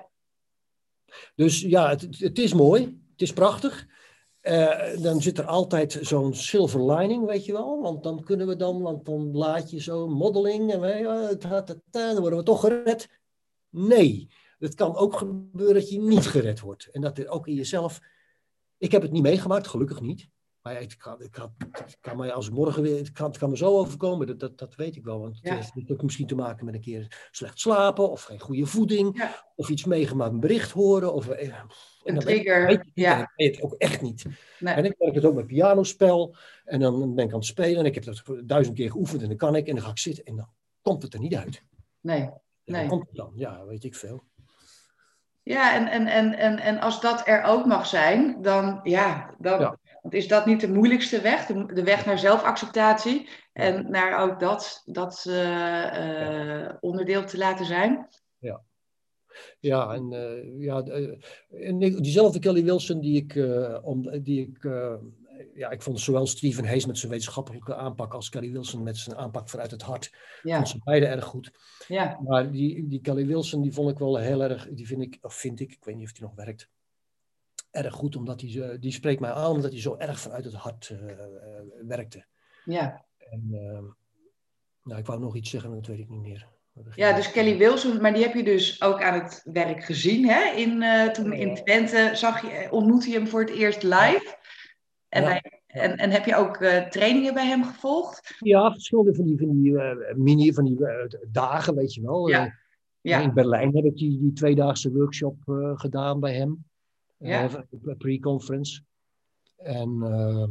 Dus ja, het, het is mooi, het is prachtig. Uh, dan zit er altijd zo'n silver lining, weet je wel. Want dan kunnen we dan, want dan laat je zo modeling en wij, uh, ta, ta, ta, dan worden we toch gered. Nee, het kan ook gebeuren dat je niet gered wordt. En dat er ook in jezelf... Ik heb het niet meegemaakt, gelukkig niet. Maar het kan, het kan, het kan mij als morgen weer... Het kan, het kan me zo overkomen, dat, dat, dat weet ik wel. Want het Ja. heeft ook misschien te maken met een keer slecht slapen... of geen goede voeding, Ja. of iets meegemaakt, een bericht horen... Of, en Een dan trigger. weet je, Ja. en dan weet je het ook echt niet. Nee. En ik werk het ook met pianospel. En dan ben ik aan het spelen. En ik heb dat duizend keer geoefend. En dan kan ik. En dan ga ik zitten. En dan komt het er niet uit. Nee. En Nee. dan komt het dan. Ja, weet ik veel. Ja, en, en, en, en, en als dat er ook mag zijn, dan, ja, dan Ja. want is dat niet de moeilijkste weg? De, de weg naar zelfacceptatie Ja. en naar ook dat, dat uh, uh, ja. onderdeel te laten zijn? Ja. Ja, en, uh, ja, uh, en diezelfde Kelly Wilson die ik, uh, om, die ik uh, ja, ik vond zowel Stephen Hayes met zijn wetenschappelijke aanpak als Kelly Wilson met zijn aanpak vanuit het hart, ja. vond ze beide erg goed. Ja. Maar die, die Kelly Wilson, die vond ik wel heel erg, die vind ik, of vind ik, ik weet niet of die nog werkt, erg goed, omdat die, die spreekt mij aan, omdat hij zo erg vanuit het hart uh, uh, werkte. Ja. En, uh, nou, ik wou nog iets zeggen, maar dat weet ik niet meer. Ja, dus Kelly Wilson, maar die heb je dus ook aan het werk gezien, hè? In, uh, toen in Twente zag je, ontmoette je hem voor het eerst live. En, ja, bij, ja. en, en heb je ook uh, trainingen bij hem gevolgd? Ja, verschillende van die, van die uh, mini, van die uh, dagen, weet je wel. Ja. Uh, ja. In Berlijn heb ik die, die tweedaagse workshop uh, gedaan bij hem. Ja. Uh, pre-conference. En uh,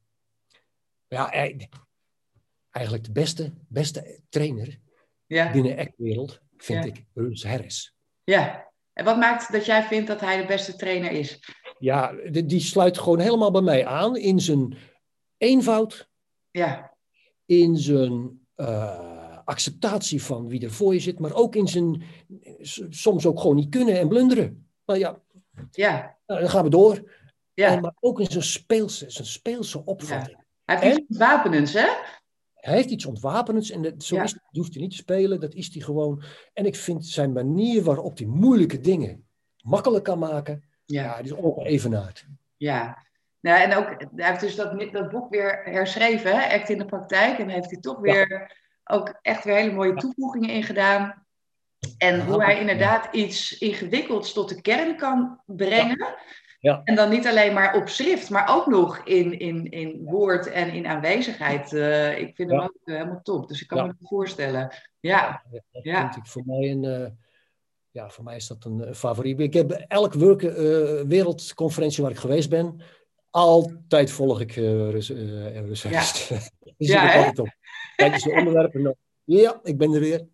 ja, eigenlijk de beste, beste trainer ja. binnen actwereld vind ja. ik Ruud Harris. Ja, en wat maakt dat jij vindt dat hij de beste trainer is? Ja, die, die sluit gewoon helemaal bij mij aan in zijn eenvoud. Ja. In zijn uh, acceptatie van wie er voor je zit, maar ook in zijn soms ook gewoon niet kunnen en blunderen. Maar ja, ja. Nou, dan gaan we door. Ja. En, maar ook in zijn speelse, zijn speelse opvatting. Ja. Hij heeft iets ontwapenends, hè? Hij heeft iets ontwapenends en dat, zo ja. is, dat hoeft hij niet te spelen, dat is hij gewoon. En ik vind zijn manier waarop hij moeilijke dingen makkelijk kan maken, ja, ja die is onevenaard. Ja, nou, en ook, hij heeft dus dat, dat boek weer herschreven, hè? Act in de praktijk, en heeft hij toch weer ja. ook echt weer hele mooie toevoegingen in gedaan. En ja, hoe hij inderdaad ja. iets ingewikkelds tot de kern kan brengen. Ja. Ja. En dan niet alleen maar op schrift, maar ook nog in, in, in woord en in aanwezigheid. Uh, ik vind ja. hem ook uh, helemaal top. Dus ik kan ja. me dat voorstellen. Ja, ja dat ja. vind ik voor mij een... Uh, ja, voor mij is dat een uh, favoriet. Ik heb elke work, uh, wereldconferentie waar ik geweest ben, altijd volg ik uh, Rus, uh, Rus ja. Die ja, zit ik altijd op. Kijk eens de onderwerpen. Dan, ja, ik ben er weer.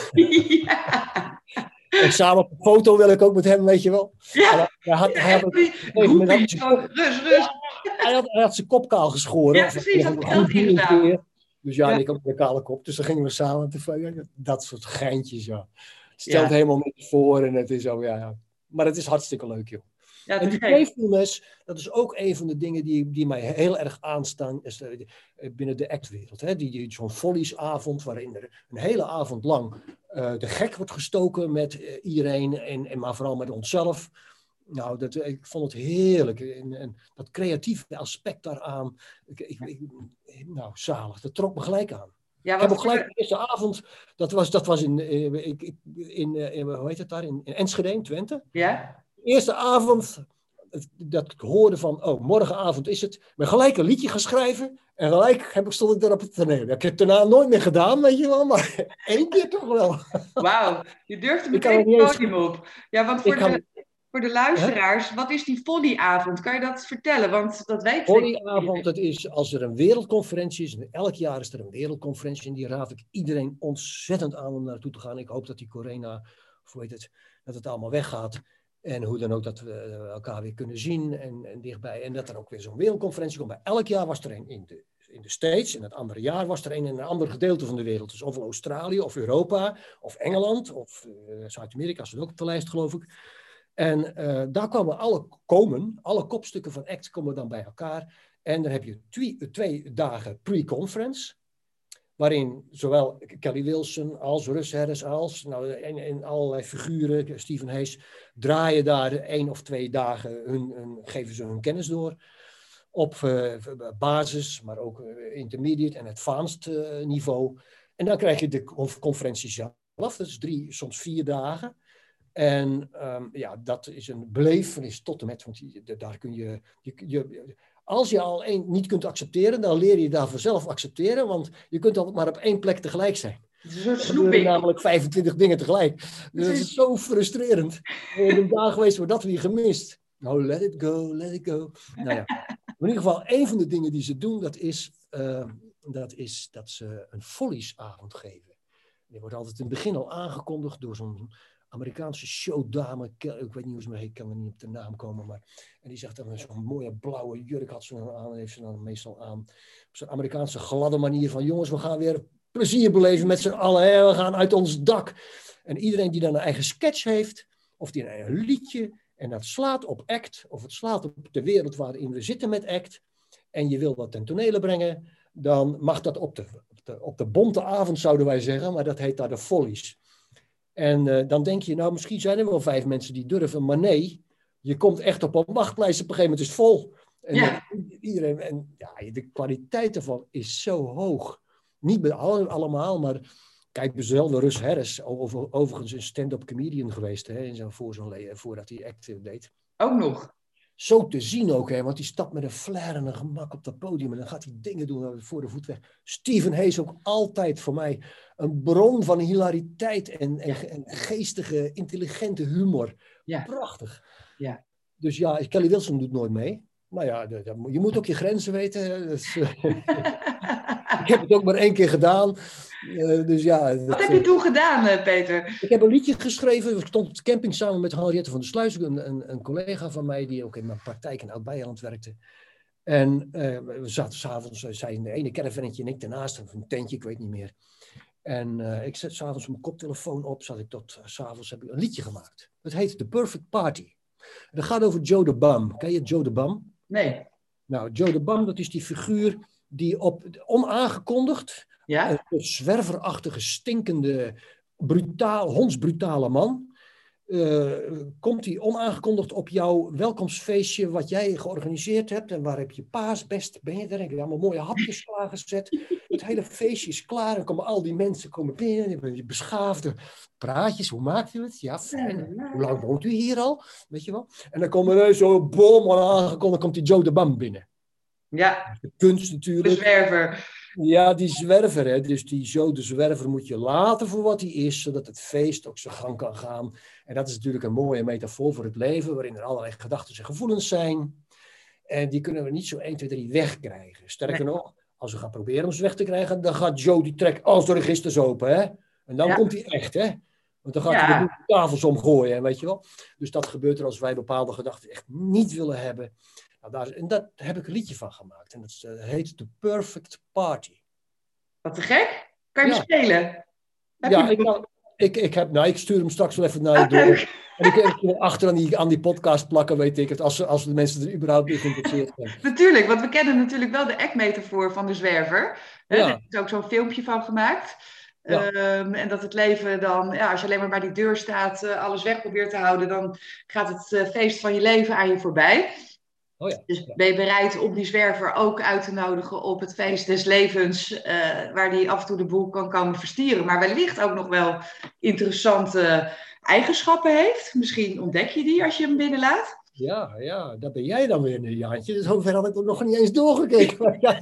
Ja. En samen op een foto wil ik ook met hem, weet je wel. Ja. Hij had, hij had, Rus, Rus. Hij had, hij had zijn kop kaal geschoren. Ja, precies. Dat heb ik ingedaan. Dus ja, ja. En ik ook een kale kop. Dus dan gingen we samen te dat soort geintjes, ja. Stelt ja. helemaal niks voor en het is zo, ja, ja. Maar het is hartstikke leuk, joh. Ja, En te die gek. playfulness, dat is ook een van de dingen die, die mij heel erg aanstaan is, uh, binnen de actwereld. Hè? Die, die, zo'n folliesavond waarin er een hele avond lang uh, de gek wordt gestoken met uh, iedereen, en, en maar vooral met onszelf. Nou, dat, ik vond het heerlijk. En, en dat creatieve aspect daaraan, ik, ik, ik, nou, zalig. Dat trok me gelijk aan. Ja, Ik heb wat ook voor gelijk de... de eerste avond, dat was, dat was in, in, in, in, in hoe heet het daar, in, in Enschede, in Twente. Ja? De eerste avond dat ik hoorde van, oh, morgenavond is het, ben gelijk een liedje gaan schrijven en gelijk heb ik, stond ik daar op het toneel. Ik heb het daarna nooit meer gedaan, weet je wel, maar één keer toch wel. Wauw, je durfde Ik kan meteen het niet het eens... podium op. Ja, want voor Ik de, kan... voor de Hè? luisteraars, wat is die volleyavond? Kan je dat vertellen? Want dat weet ik niet. Volleyavond, dat is als er een wereldconferentie is. En elk jaar is er een wereldconferentie. En die raad ik iedereen ontzettend aan om naartoe te gaan. Ik hoop dat die corona, of hoe heet het, dat het allemaal weggaat. En hoe dan ook dat we elkaar weer kunnen zien en, en dichtbij. En dat er ook weer zo'n wereldconferentie komt. Maar elk jaar was er een in de, in de States. En het andere jaar was er een in een ander gedeelte van de wereld. Dus ofwel Australië of Europa of Engeland of uh, Zuid-Amerika staat ook op de lijst, geloof ik. En uh, daar komen alle, komen, alle kopstukken van ACT komen dan bij elkaar. En dan heb je twee, twee dagen pre-conference. Waarin zowel Kelly Wilson als Russ Harris als nou, en, en allerlei figuren, Stephen Hayes, draaien daar één of twee dagen, hun, hun, geven ze hun kennis door. Op uh, basis, maar ook uh, intermediate en advanced uh, niveau. En dan krijg je de conferentie zelf. Dat is drie, soms vier dagen. En um, ja, dat is een belevenis tot en met, want je, daar kun je, je, je als je al één niet kunt accepteren, dan leer je daar vanzelf accepteren, want je kunt altijd maar op één plek tegelijk zijn. Het is een soort Er gebeuren snoeping. namelijk vijfentwintig dingen tegelijk. Dus dat is zo frustrerend. Ik ben daar geweest, wordt dat weer gemist. Nou, let it go, let it go. Nou ja, in ieder geval, een van de dingen die ze doen, dat is, uh, dat, is dat ze een folliesavond geven. Die wordt altijd in het begin al aangekondigd door zo'n Amerikaanse showdame, ik weet niet hoe ze me heet, ik kan er niet op de naam komen, maar en die zegt dan zo'n mooie blauwe jurk had ze dan aan, heeft ze dan meestal aan, op zo'n Amerikaanse gladde manier van, jongens, we gaan weer plezier beleven met z'n allen, hè? We gaan uit ons dak. En iedereen die dan een eigen sketch heeft, of die een eigen liedje, en dat slaat op ACT, of het slaat op de wereld waarin we zitten met ACT, en je wil dat ten tonele brengen, dan mag dat op de, op de, op de bonte avond, zouden wij zeggen, maar dat heet daar de follies. En uh, dan denk je, nou, misschien zijn er wel vijf mensen die durven, maar nee, je komt echt op een wachtlijst, op een gegeven moment is het vol. En Ja. iedereen, en ja, de kwaliteit ervan is zo hoog. Niet bij allemaal, maar kijk, dezelfde Russ Harris, over, overigens een stand-up comedian geweest, hè, in zijn, voor zo'n, voordat hij act deed. Ook nog. Zo te zien ook, hè, want die stapt met een flair en een gemak op dat podium en dan gaat hij dingen doen voor de voet weg. Stephen Hayes ook altijd voor mij een bron van hilariteit en, en, en geestige, intelligente humor. Ja. Prachtig. Ja. Dus ja, Kelly Wilson doet nooit mee. Nou ja, de, de, je moet ook je grenzen weten. Dus, uh, ik heb het ook maar één keer gedaan. Uh, dus ja, dat, Wat heb je toen gedaan, uh, Peter? Ik heb een liedje geschreven. Ik stond op de camping samen met Henriette van der Sluis, een, een, een collega van mij die ook in mijn praktijk in Oud-Beijerland werkte. En uh, we zaten s'avonds, zij in de ene caravannetje en ik daarnaast, of een tentje, ik weet niet meer. En uh, ik zet s'avonds mijn koptelefoon op, zat ik tot uh, s'avonds heb ik een liedje gemaakt. Het heet The Perfect Party. En dat gaat over Joe the Bum. Ken je Joe the Bum? Nee. Nou, Joe the Bum, dat is die figuur die op onaangekondigd, ja? een zwerverachtige, stinkende, brutaal, hondsbrutale man, uh, komt hij onaangekondigd op jouw welkomstfeestje wat jij georganiseerd hebt en waar heb je paasbest, ben je er, heb je allemaal mooie hapjes klaargezet. Het hele feestje is klaar en komen al die mensen komen binnen, die beschaafde praatjes, hoe maakt u het? Ja, fijn. Hoe lang woont u hier al? Weet je wel? En dan komen er zo bom onaangekondigd, komt die Joe the Bum binnen. Ja. De kunst natuurlijk. De zwerver. Ja, die zwerver, hè. Dus die Joe de zwerver moet je laten voor wat hij is, zodat het feest ook zijn gang kan gaan. En dat is natuurlijk een mooie metafoor voor het leven, waarin er allerlei gedachten en gevoelens zijn. En die kunnen we niet zo één, twee, drie wegkrijgen. Sterker nee. nog, als we gaan proberen om ze weg te krijgen, dan gaat Joe die trekt als de registers open, hè. En dan ja. komt hij echt, hè. Want dan gaat ja. hij de tafels omgooien, weet je wel. Dus dat gebeurt er als wij bepaalde gedachten echt niet willen hebben. Nou, daar, en daar heb ik een liedje van gemaakt. En dat uh, heet The Perfect Party. Wat te gek. Kan je ja. me spelen? Heb ja, je ik kan, ik, ik, heb, nou, ik stuur hem straks wel even naar je Oh, door. leuk. En ik heb hem achter aan die, aan die podcast plakken, weet ik het. Als, als de mensen er überhaupt in geïnteresseerd zijn. Natuurlijk, want we kennen natuurlijk wel de ekmetafoor van de zwerver. Hè? Er Ja, is ook zo'n filmpje van gemaakt. ja. Um, en dat het leven dan, ja, als je alleen maar bij die deur staat, uh, alles weg probeert te houden, dan gaat het uh, feest van je leven aan je voorbij. Oh ja. Dus Ja. ben je bereid om die zwerver ook uit te nodigen op het feest des levens, uh, waar die af en toe de boel kan komen verstieren, maar wellicht ook nog wel interessante eigenschappen heeft. Misschien ontdek je die als je hem binnenlaat. Ja, ja, daar ben jij dan weer, Jaantje. Dus zover had ik er nog niet eens doorgekeken. Ja.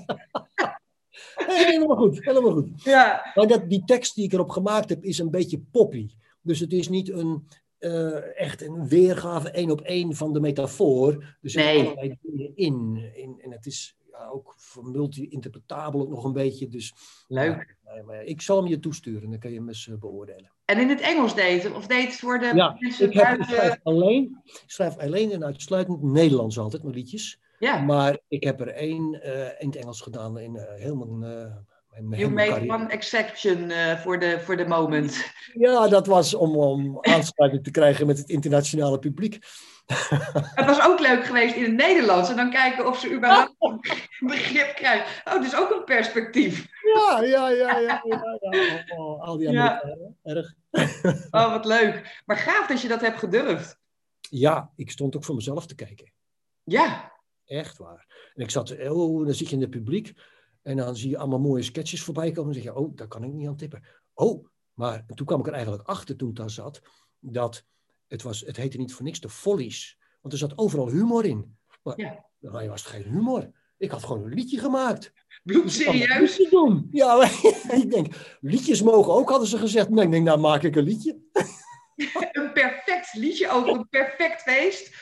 Helemaal goed, helemaal goed. Ja. Maar dat, die tekst die ik erop gemaakt heb, is een beetje poppy. Dus het is niet een, uh, echt een weergave één op één van de metafoor. Er zitten Nee. allerlei dingen in. in. En het is ja, ook multi-interpretabel ook nog een beetje. Dus, Leuk. Ja, maar ik zal hem je toesturen, dan kan je hem eens uh, beoordelen. En in het Engels deed het? Of deed het voor de ja, mensen ik, heb, buiten... ik schrijf alleen, ik schrijf alleen en uitsluitend Nederlands altijd, mijn liedjes. Ja. Maar ik heb er één uh, in het Engels gedaan in uh, heel mijn, uh, mijn You made carrière. one exception voor uh, de for the moment. Ja, dat was om, om aansluiting te krijgen met het internationale publiek. Het was ook leuk geweest in het Nederlands. En dan kijken of ze überhaupt begrip krijgen. Oh, dus ook een perspectief. Ja, ja, ja, ja. ja, ja. Oh, al die Amerikanen. Ja. Erg. Oh, wat leuk. Maar gaaf dat je dat hebt gedurfd. Ja, ik stond ook voor mezelf te kijken. Ja. Echt waar. En ik zat, oh, dan zit je in het publiek. En dan zie je allemaal mooie sketches voorbij komen. En dan zeg je, oh, daar kan ik niet aan tippen. Oh, maar toen kwam ik er eigenlijk achter toen ik daar zat. Dat het was, het heette niet voor niks de Follies. Want er zat overal humor in. Maar ja. dan was het geen humor. Ik had gewoon een liedje gemaakt. Bloedserieus? Dus doen. Ja, maar, ik denk, liedjes mogen ook, hadden ze gezegd. Nee, ik denk, nou maak ik een liedje. Een perfect liedje over een perfect feest.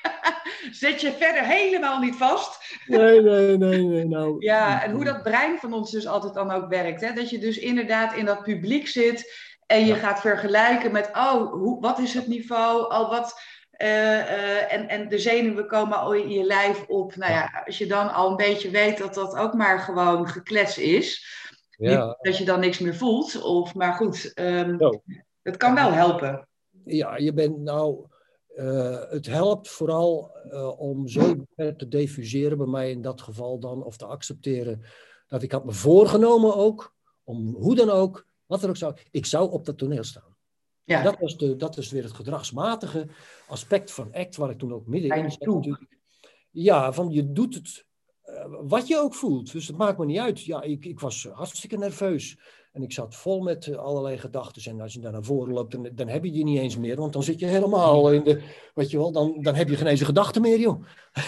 Zet je verder helemaal niet vast. Nee, nee, nee, nee. Nou, ja, en hoe dat brein van ons dus altijd dan ook werkt. Hè? Dat je dus inderdaad in dat publiek zit en je ja. gaat vergelijken met, oh, hoe, wat is het niveau? Oh, wat, uh, uh, en, en de zenuwen komen al in je lijf op. Nou ja. ja, als je dan al een beetje weet dat dat ook maar gewoon geklets is. Ja. Niet dat je dan niks meer voelt. Of, maar goed, um, het kan wel helpen. Ja, je bent nou... Uh, het helpt vooral uh, om zo te diffuseren, bij mij in dat geval dan, of te accepteren, dat ik had me voorgenomen ook, om hoe dan ook, wat er ook zou, ik zou op dat toneel staan. Ja. En dat, was de, dat is weer het gedragsmatige aspect van ACT, waar ik toen ook middenin zat. Ja, van je doet het, uh, wat je ook voelt, dus het maakt me niet uit. Ja, ik, ik was hartstikke nerveus. En ik zat vol met uh, allerlei gedachten. En als je daar naar voren loopt, dan, dan heb je die niet eens meer. Want dan zit je helemaal in de... Weet je wel, dan, dan heb je geen eens een gedachte meer, joh.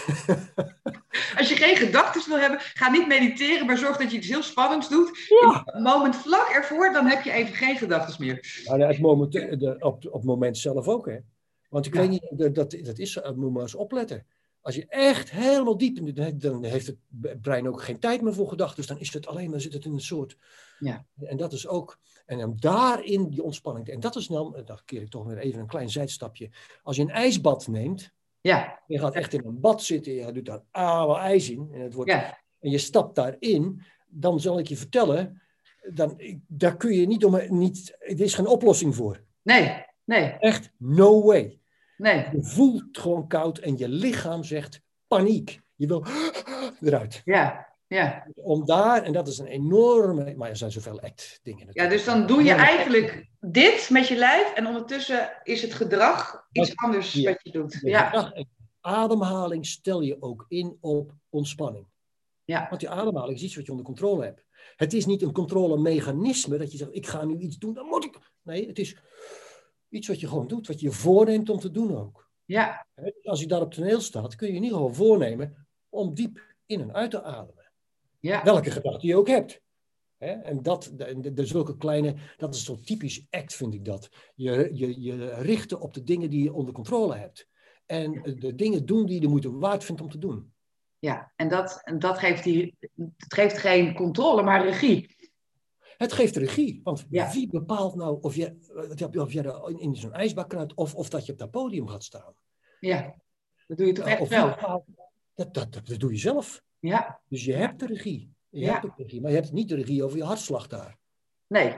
Als je geen gedachten wil hebben, ga niet mediteren, maar zorg dat je iets heel spannends doet. Ja. In het moment vlak ervoor, dan heb je even geen gedachten meer. Nou, het moment, de, op, op het moment zelf ook, hè. Want ik ja. weet niet, dat, dat is, moet maar eens opletten. Als je echt helemaal diep in de, dan heeft het brein ook geen tijd meer voor gedachten. Dus dan is het alleen maar, zit het in een soort... Ja. En dat is ook... En dan daarin die ontspanning... En dat is dan... Dan keer ik toch weer even een klein zijdstapje. Als je een ijsbad neemt... Ja. Je gaat echt in een bad zitten. Je doet daar oude ijs in. En, het wordt, ja. en je stapt daarin. Dan zal ik je vertellen... Dan, daar kun je niet om... Niet, er is geen oplossing voor. Nee, nee. Echt, no way. Nee. Je voelt gewoon koud en je lichaam zegt paniek. Je wil eruit. Ja, ja. Om daar, en dat is een enorme, maar er zijn zoveel act dingen natuurlijk. Ja, dus dan doe je eigenlijk dit met je lijf en ondertussen is het gedrag iets dat, anders ja, wat je doet. Ja. Gedrag, ademhaling stel je ook in op ontspanning. Ja. Want die ademhaling is iets wat je onder controle hebt. Het is niet een controlemechanisme dat je zegt, ik ga nu iets doen, dan moet ik. Nee, het is... Iets wat je gewoon doet, wat je voorneemt om te doen ook. Ja. Als je daar op toneel staat, kun je in ieder geval voornemen om diep in en uit te ademen. Ja. Welke gedachte je ook hebt. En dat, de, de, zulke kleine, dat is zo typisch act, vind ik dat. Je, je, je richten op de dingen die je onder controle hebt. En de dingen doen die je de moeite waard vindt om te doen. Ja, en dat, en dat geeft, die, het geeft geen controle, maar regie. Het geeft regie, want ja. wie bepaalt nou of je, of je in zo'n ijsbak kruipt of, of dat je op dat podium gaat staan? Ja, dat doe je toch echt uh, zelf? Bepaalt, dat, dat, dat, dat doe je zelf. Ja. Dus je hebt de regie. Je ja. hebt ook regie, maar je hebt niet de regie over je hartslag daar. Nee,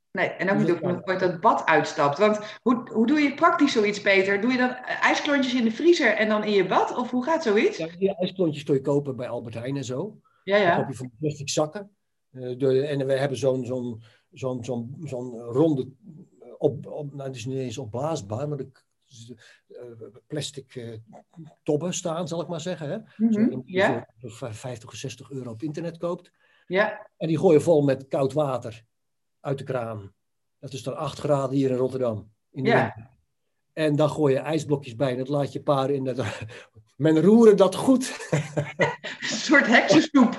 Nee, en ook Dus niet dat, of je ja, nog nooit dat bad uitstapt. Want hoe, hoe doe je praktisch zoiets, Peter? Doe je dan eh, ijsklontjes in de vriezer en dan in je bad? Of hoe gaat zoiets? ja, die ijsklontjes kun je kopen bij Albert Heijn en zo. Ja, Dan koop je ja. van die plastic zakken. Eh, de, en we hebben zo'n zo'n zo'n zo'n zo'n ronde, eh, op, op, nou, het is niet eens opblaasbaar, maar de eh, plastic eh, tobben staan, zal ik maar zeggen. Hè? Zo Mhm, een die je voor ja, vijftig of zestig euro op internet koopt. ja. En die gooi je vol met koud water uit de kraan. Dat is dan acht graden hier in Rotterdam in de Ja, winter. En dan gooi je ijsblokjes bij en dat laat je paren in. Dat, men roeren dat goed. een soort heksensoep.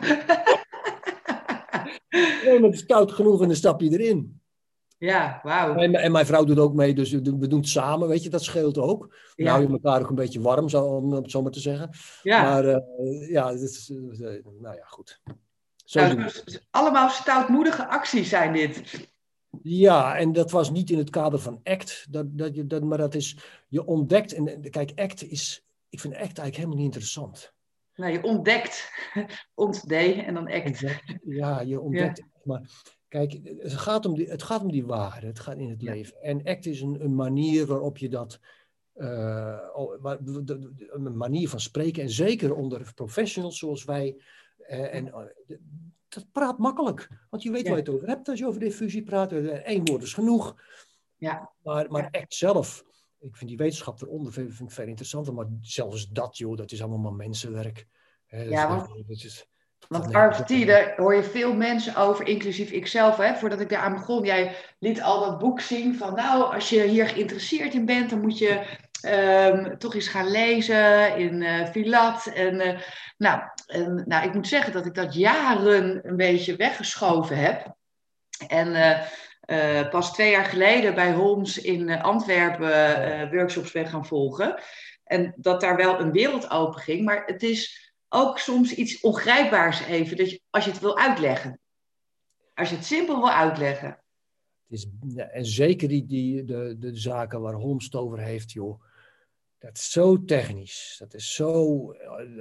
Nee, maar het is koud genoeg en dan stap je erin. Ja, wauw. En, en mijn vrouw doet ook mee, dus we doen het samen, weet je, dat scheelt ook. Dan hou je Ja, elkaar ook een beetje warm, zo, om het zo maar te zeggen. ja. Maar uh, ja, het is, uh, nou ja, goed. Zo Nou, doen we het. allemaal stoutmoedige acties zijn dit. Ja, en dat was niet in het kader van ACT, dat, dat, je, dat, maar dat is, je ontdekt, en kijk, ACT is, ik vind ACT eigenlijk helemaal niet interessant. Nou, je ontdekt. Ontdee en dan act. Ontdekt, ja, je Ja, ontdekt, maar kijk, het gaat om die, het gaat om die waarde, het gaat in het ja, leven. En ACT is een, een manier waarop je dat, uh, een manier van spreken, en zeker onder professionals zoals wij, uh, en uh, dat praat makkelijk, want je weet ja, waar je het over hebt als je over diffusie praat. Eén woord is genoeg. ja. Maar, maar Ja, ACT zelf, ik vind die wetenschap eronder vind, vind ik veel interessanter, maar zelfs dat, joh, dat is allemaal maar mensenwerk. Hè, dat, ja, dat, want, dat is, dat want nergens op. R F T, daar hoor je veel mensen over, inclusief ikzelf. Hè, voordat ik daaraan begon, jij liet al dat boek zien van, nou, als je hier geïnteresseerd in bent, dan moet je um, toch eens gaan lezen in uh, Vilat. En, uh, nou, en, nou, ik moet zeggen dat ik dat jaren een beetje weggeschoven heb. En uh, uh, pas twee jaar geleden bij Holmes in uh, Antwerpen uh, workshops ben gaan volgen. En dat daar wel een wereld open ging. Maar het is ook soms iets ongrijpbaars even. Dat je, als je het wil uitleggen. Als je het simpel wil uitleggen. Het is, ja, en zeker die, die, de, de zaken waar Holmes het over heeft, joh. Dat is zo technisch. Dat is zo,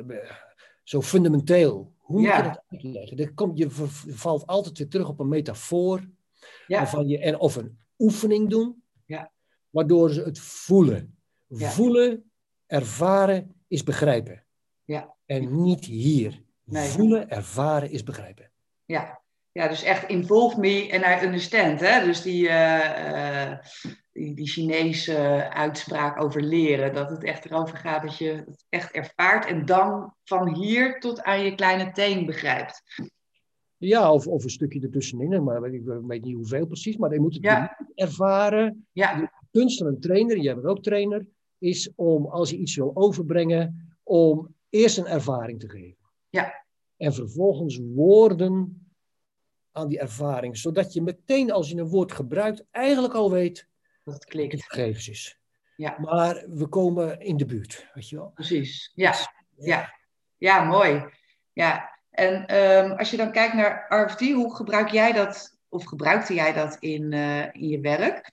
zo fundamenteel. Hoe moet je Ja, dat uitleggen? Er komt, je valt altijd weer terug op een metafoor. ja, Waarvan je, en, of een oefening doen. ja, Waardoor ze het voelen. ja, Voelen, ervaren is begrijpen. ja. En niet hier. Nee, Voelen, ervaren is begrijpen. ja. Ja, dus echt involve me and I understand. Hè? Dus die, uh, uh, die, die Chinese uitspraak over leren. Dat het echt erover gaat dat je het echt ervaart. En dan van hier tot aan je kleine teen begrijpt. Ja, of, of een stukje ertussenin. Maar ik weet niet hoeveel precies. Maar je moet het Ja, ervaren. ja, De kunst van een trainer, jij bent ook trainer, is om, als je iets wil overbrengen, om eerst een ervaring te geven. ja. En vervolgens woorden aan die ervaring. Zodat je meteen als je een woord gebruikt, eigenlijk al weet Dat het dat het klikt. gegevens is. Ja, Maar we komen in de buurt, weet je wel. precies. Ja, Is, ja. ja. Ja, mooi. Ja. En um, als je dan kijkt naar R F T, hoe gebruik jij dat, of gebruikte jij dat in, uh, in je werk?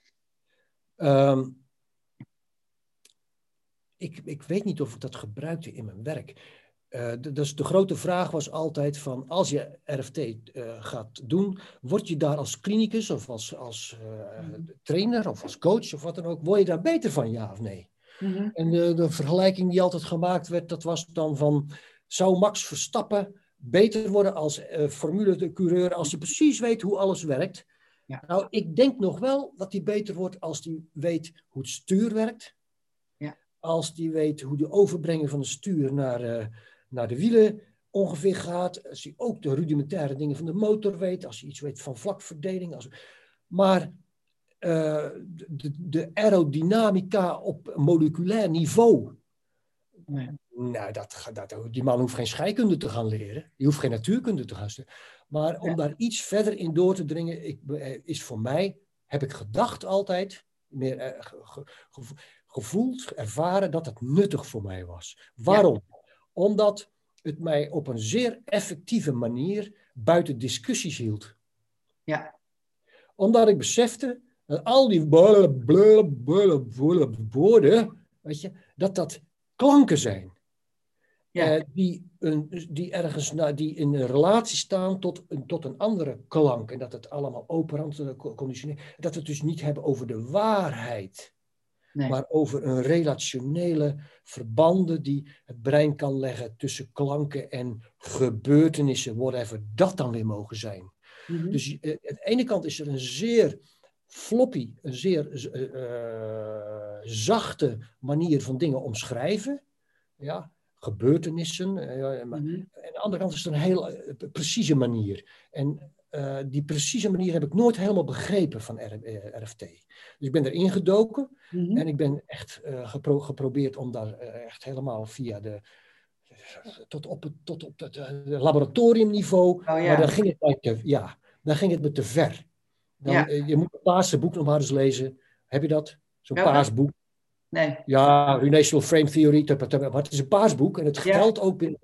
Um, ik, ik weet niet of ik dat gebruikte in mijn werk. Uh, de, dus de grote vraag was altijd van, als je R F T uh, gaat doen, word je daar als klinicus of als, als uh, trainer of als coach of wat dan ook, word je daar beter van, ja of nee? Mm-hmm. En de, de vergelijking die altijd gemaakt werd, dat was dan van, zou Max Verstappen beter worden als uh, formule-coureur als hij precies weet hoe alles werkt? Ja. Nou, ik denk nog wel dat hij beter wordt als hij weet hoe het stuur werkt. Ja. Als hij weet hoe de overbrenging van het stuur naar, uh, naar de wielen ongeveer gaat. Als hij ook de rudimentaire dingen van de motor weet. Als hij iets weet van vlakverdeling. Als... Maar uh, de, de aerodynamica op moleculair niveau. Nee. Nou, dat, dat, die man hoeft geen scheikunde te gaan leren. Die hoeft geen natuurkunde te gaan studeren. Maar ja. om daar iets verder in door te dringen, ik, is voor mij, heb ik gedacht altijd, meer uh, ge, ge, gevoeld, ervaren dat het nuttig voor mij was. Waarom? Ja. Omdat het mij op een zeer effectieve manier buiten discussies hield. Ja. Omdat ik besefte dat al die woorden, weet je, dat dat klanken zijn. Ja. Uh, die, een, die ergens nou, die in een relatie staan tot een, tot een andere klank. En dat het allemaal operant conditioneel. Dat we het dus niet hebben over de waarheid. Nee. Maar over een relationele verbanden die het brein kan leggen tussen klanken en gebeurtenissen, whatever dat dan weer mogen zijn. Mm-hmm. Dus uh, aan de ene kant is er een zeer floppy, een zeer uh, zachte manier van dingen omschrijven. Ja, gebeurtenissen. Uh, maar, mm-hmm. Aan de andere kant is er een heel uh, precieze manier. En uh, die precieze manier heb ik nooit helemaal begrepen van R F T. Dus ik ben erin gedoken. Mm-hmm. En ik ben echt uh, gepro- geprobeerd om daar uh, echt helemaal via de... tot op het, tot op het uh, laboratoriumniveau. Oh, ja. Maar dan ging het me te, ja, dan ging het me te ver. Dan, ja. uh, je moet het paarse boek nog maar eens lezen. Heb je dat? Zo'n Welke? paars boek. Nee. Ja, Relational Frame Theory. Maar het is een paasboek. En het geldt ja. ook binnen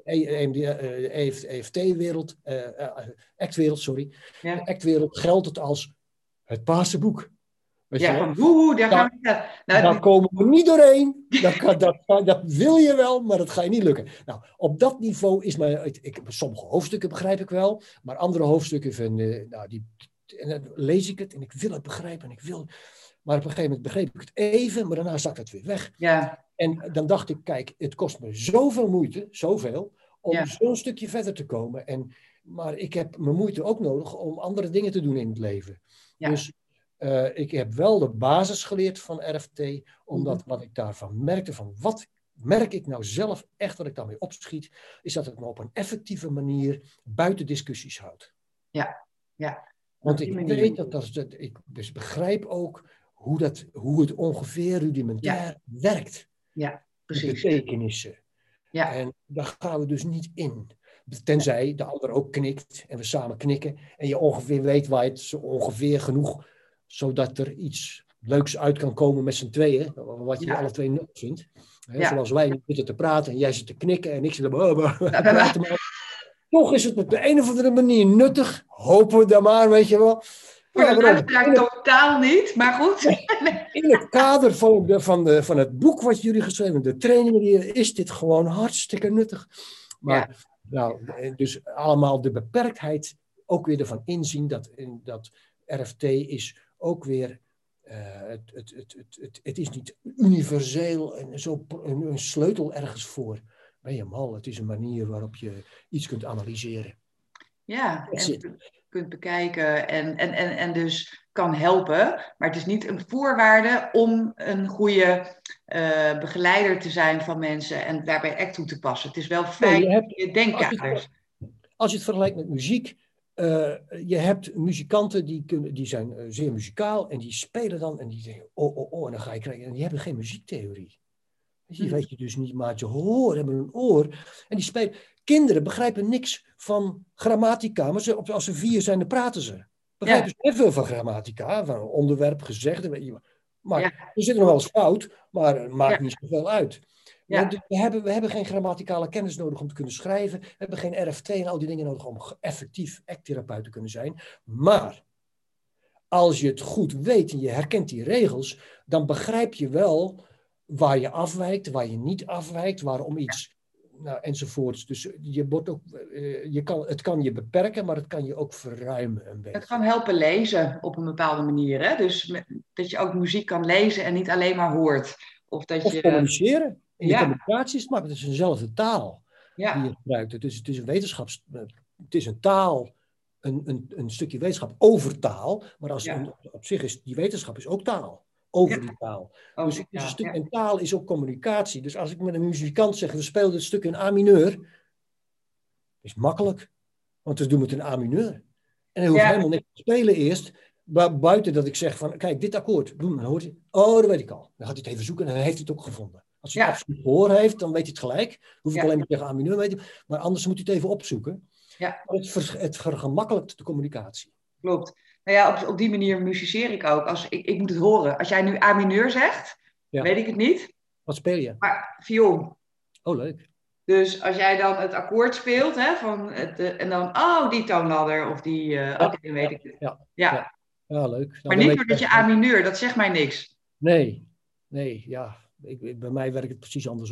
de E F T-wereld. Uh, uh, act-wereld, sorry. Ja. De act-wereld geldt het als het paarse boek. Weet ja, van woehoe, daar gaan we... Nou, daar komen we niet doorheen. Dat, kan, dat, dat wil je wel, maar dat ga je niet lukken. Nou, op dat niveau is mijn... Ik, ik, sommige hoofdstukken begrijp ik wel. Maar andere hoofdstukken van... Uh, nou, die, en dan lees ik het en ik wil het begrijpen. En ik wil... Maar op een gegeven moment begreep ik het even, maar daarna zakt het weer weg. Ja. En dan dacht ik, kijk, het kost me zoveel moeite, zoveel, om ja. zo'n stukje verder te komen. En, maar ik heb mijn moeite ook nodig om andere dingen te doen in het leven. Ja. Dus uh, ik heb wel de basis geleerd van R F T, omdat mm-hmm. wat ik daarvan merkte, van wat merk ik nou zelf echt wat ik daarmee opschiet, is dat het me op een effectieve manier buiten discussies houdt. Ja, ja. Want ik manier. weet dat, dat, dat ik dus begrijp ook hoe, dat, hoe het ongeveer rudimentair ja. werkt. Ja, precies. De betekenissen. Ja. En daar gaan we dus niet in. Tenzij de ander ook knikt en we samen knikken. En je ongeveer weet waar het zo ongeveer genoeg, zodat er iets leuks uit kan komen met z'n tweeën. Wat je ja. alle twee nuttig vindt. He, ja. Zoals wij zitten te praten en jij zit te knikken en ik zit te praten. Maar toch is het op de een of andere manier nuttig. Hopen we dan maar, weet je wel. Voor de luisteraar totaal niet, maar goed. In het kader van, de, van, de, van het boek wat jullie geschreven hebben, de trainingen, die, is dit gewoon hartstikke nuttig. Maar ja. nou, dus allemaal de beperktheid ook weer ervan inzien dat, dat R F T is ook weer, uh, het, het, het, het, het, het is niet universeel en zo een, een sleutel ergens voor. Ben je mal, het is een manier waarop je iets kunt analyseren. Ja, en kunt bekijken en, en, en, en dus kan helpen. Maar het is niet een voorwaarde om een goede uh, begeleider te zijn van mensen en daarbij ACT toe te passen. Het is wel fijn nee, je, hebt, je denkkaders. Als, als je het vergelijkt met muziek, uh, je hebt muzikanten die, kunnen, die zijn uh, zeer muzikaal en die spelen dan en die denken, oh, oh, oh, en dan ga je krijgen. En die hebben geen muziektheorie. Die weet je dus niet, maar je hoort, hebben een oor. En die spelen. Kinderen begrijpen niks van grammatica, maar ze, als ze vier zijn, dan praten ze. Begrijpen ja. ze heel veel van grammatica, van onderwerp, gezegde, weet je. Maar ja. er zit nog wel eens fout, maar het maakt ja. niet zoveel uit. Ja. We, we, hebben, we hebben geen grammaticale kennis nodig om te kunnen schrijven. We hebben geen R F T en al die dingen nodig om effectief act-therapeut te kunnen zijn. Maar als je het goed weet en je herkent die regels, dan begrijp je wel waar je afwijkt, waar je niet afwijkt, waarom iets, nou, enzovoorts. Dus je wordt ook, uh, je kan, het kan je beperken, maar het kan je ook verruimen een beetje. Het kan helpen lezen op een bepaalde manier, hè? Dus met, dat je ook muziek kan lezen en niet alleen maar hoort. Of, dat of je, communiceren. In ja. je communicatie is het makkelijk. Het is eenzelfde taal ja. die je gebruikt. Het is, het is een wetenschaps... Het is een taal, een, een, een stukje wetenschap over taal, maar als, ja. een, op zich is die wetenschap is ook taal. Over ja. die taal. Oh, dus, dus een stuk, ja. en taal is ook communicatie. Dus als ik met een muzikant zeg, we spelen dit stuk in A mineur, is makkelijk. Want we doen het in A mineur. En hij hoeft ja. helemaal niks te spelen eerst. Buiten dat ik zeg van, kijk, dit akkoord. Dan hoort hij, oh, dat weet ik al. Dan gaat hij het even zoeken en dan heeft hij het ook gevonden. Als hij ja. het absoluut gehoor heeft, dan weet hij het gelijk. Hoef ik ja. alleen maar tegen A mineur weten. Maar anders moet hij het even opzoeken. Ja. Maar het, ver, het vergemakkelijkt de communicatie. Klopt. Nou ja, op, op die manier muziceer ik ook. Als, ik, ik moet het horen. Als jij nu A mineur zegt, ja. weet ik het niet. Wat speel je? Maar viool. Oh, leuk. Dus als jij dan het akkoord speelt, hè, van het, uh, en dan, oh, die toonladder of die, uh, ja. oké, okay, dan weet ik het. Ja, ja. ja. ja leuk. Nou, maar niet doordat je A mineur, dat zegt mij niks. Nee, nee, ja. Ik, bij mij werkt het precies andersom.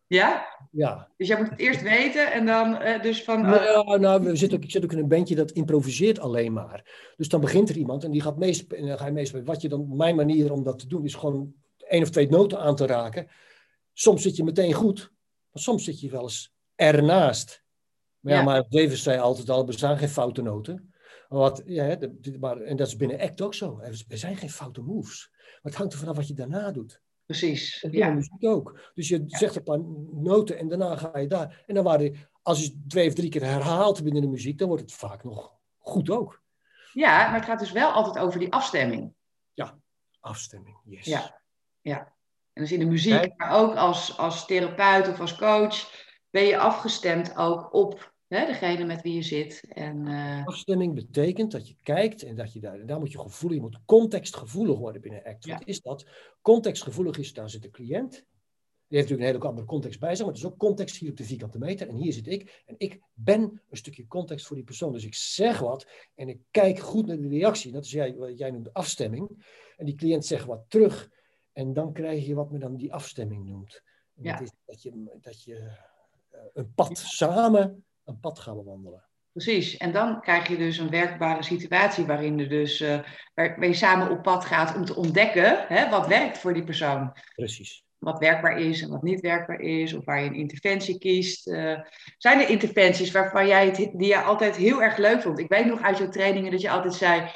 Ja? Ja. Dus jij moet het eerst weten en dan uh, dus van... Uh... Nou, nou we zitten ook, ik zit ook in een bandje dat improviseert alleen maar. Dus dan begint er iemand en die gaat meespelen. En dan ga je meespelen. Wat je dan, mijn manier om dat te doen, is gewoon één of twee noten aan te raken. Soms zit je meteen goed, maar soms zit je wel eens ernaast. Maar ja, ja. maar Davis zei altijd al, er bestaan geen foute noten. Wat, ja, de, maar, en dat is binnen ACT ook zo. Er zijn geen foute moves. Maar het hangt er vanaf wat je daarna doet. Precies, en ja. muziek ook. Dus je ja. zegt een paar noten en daarna ga je daar. En dan waren, als je twee of drie keer herhaalt binnen de muziek, dan wordt het vaak nog goed ook. Ja, maar het gaat dus wel altijd over die afstemming. Ja, afstemming, yes. Ja, ja. En dus in de muziek, Kijk. maar ook als, als therapeut of als coach, ben je afgestemd ook op hè, degene met wie je zit. En, uh... Afstemming betekent dat je kijkt en dat je daar, daar moet je gevoelig, je moet contextgevoelig worden binnen ACT. Ja. Wat is dat? Contextgevoelig is, daar zit de cliënt. Die heeft natuurlijk een hele andere context bij zich, maar het is ook context hier op de vierkante meter. En hier zit ik. En ik ben een stukje context voor die persoon. Dus ik zeg wat en ik kijk goed naar de reactie. Dat is jij, wat jij noemt afstemming. En die cliënt zegt wat terug. En dan krijg je wat men dan die afstemming noemt. En ja. Dat is dat je, dat je een pad samen een pad gaan bewandelen. Precies. En dan krijg je dus een werkbare situatie waarin er dus, uh, waar je samen op pad gaat om te ontdekken hè, wat werkt voor die persoon. Precies. Wat werkbaar is en wat niet werkbaar is, of waar je een interventie kiest. Uh, zijn er interventies waarvan jij het, die je altijd heel erg leuk vond? Ik weet nog uit jouw trainingen dat je altijd zei,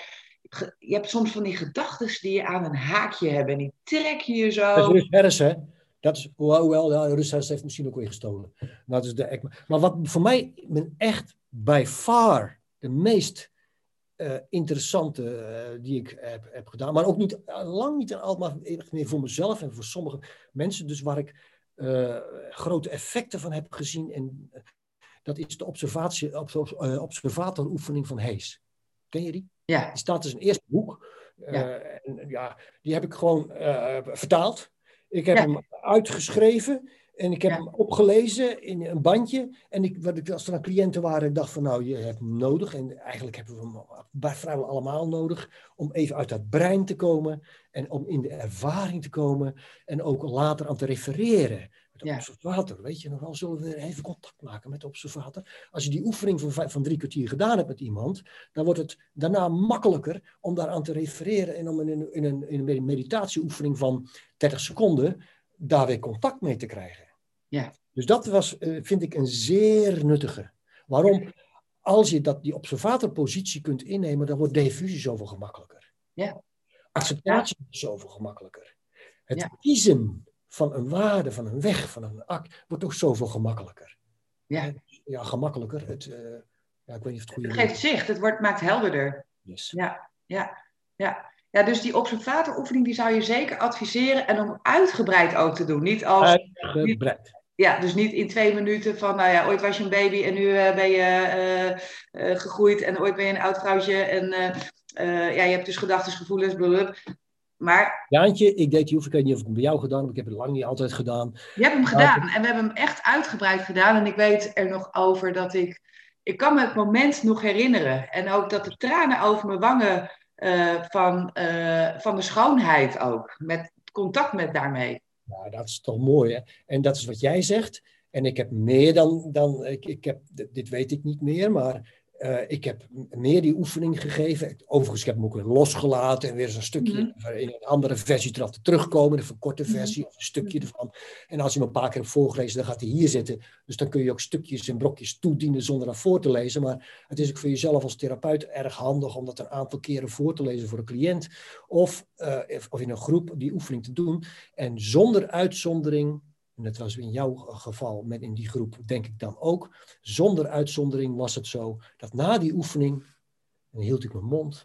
je hebt soms van die gedachten die je aan een haakje hebben en die trek je je zo. Dat is Ruud Harris, hè? Dat is, hoewel, ja, Ruud Harris heeft misschien ook weer gestolen. Dat is de, maar wat voor mij men echt by far de meest uh, interessante uh, die ik heb, heb gedaan, maar ook niet, lang niet en al, maar echt meer voor mezelf en voor sommige mensen, dus waar ik uh, grote effecten van heb gezien, en uh, dat is de observatie, ob, uh, observatoroefening van Hayes. Ken je die? Ja. Die staat dus in het eerste boek. Uh, ja. En, ja, die heb ik gewoon uh, vertaald. Ik heb ja. hem uitgeschreven en ik heb ja. hem opgelezen in een bandje. En ik, wat ik, als er dan cliënten waren, ik dacht van nou, je hebt hem nodig. En eigenlijk hebben we hem vrijwel allemaal nodig om even uit dat brein te komen. En om in de ervaring te komen. En ook later aan te refereren. Met de ja. observator, weet je nog wel, zullen we even contact maken met de observator. Als je die oefening van, van drie kwartier gedaan hebt met iemand, dan wordt het daarna makkelijker om daaraan te refereren. En om in een, in een, in een meditatieoefening van dertig seconden daar weer contact mee te krijgen. Ja. Dus dat was, vind ik, een zeer nuttige. Waarom? Als je dat, die observatorpositie kunt innemen, dan wordt diffusie zoveel gemakkelijker. Ja. Acceptatie ja. zoveel gemakkelijker. Het ja. kiezen van een waarde, van een weg, van een act, wordt ook zoveel gemakkelijker. Ja, ja gemakkelijker. Het, uh, ja, ik weet niet of het goede het geeft zicht, het wordt, maakt helderder. Yes. Ja, ja, ja. Ja, dus die observatoroefening die zou je zeker adviseren en om uitgebreid ook te doen. Niet als... Uitgebreid. Niet, ja, dus niet in twee minuten van, nou ja, ooit was je een baby en nu uh, ben je uh, uh, gegroeid en ooit ben je een oud vrouwtje en uh, uh, ja, je hebt dus gedachten, gevoelens, blablabla. Maar... Jaantje, ik deed die oefening, ik weet niet of ik hem bij jou gedaan heb, ik heb het lang niet altijd gedaan. Je hebt hem gedaan maar... en we hebben hem echt uitgebreid gedaan en ik weet er nog over dat ik, ik kan me het moment nog herinneren en ook dat de tranen over mijn wangen uh, van, uh, van de schoonheid ook, met contact met daarmee. Nou, dat is toch mooi, hè? En dat is wat jij zegt. En ik heb meer dan... dan ik, ik heb, dit weet ik niet meer, maar uh, ik heb meer die oefening gegeven. Overigens, ik heb hem ook weer losgelaten en weer eens een stukje mm-hmm. in een andere versie eraf te terugkomen. Een verkorte versie, mm-hmm. of een stukje ervan. En als je hem een paar keer hebt voorgelezen, dan gaat hij hier zitten. Dus dan kun je ook stukjes en brokjes toedienen zonder dat voor te lezen. Maar het is ook voor jezelf als therapeut erg handig om dat een aantal keren voor te lezen voor een cliënt. Of, uh, of in een groep die oefening te doen. En zonder uitzondering, en dat was in jouw geval met in die groep denk ik dan ook, zonder uitzondering was het zo dat na die oefening, dan hield ik mijn mond.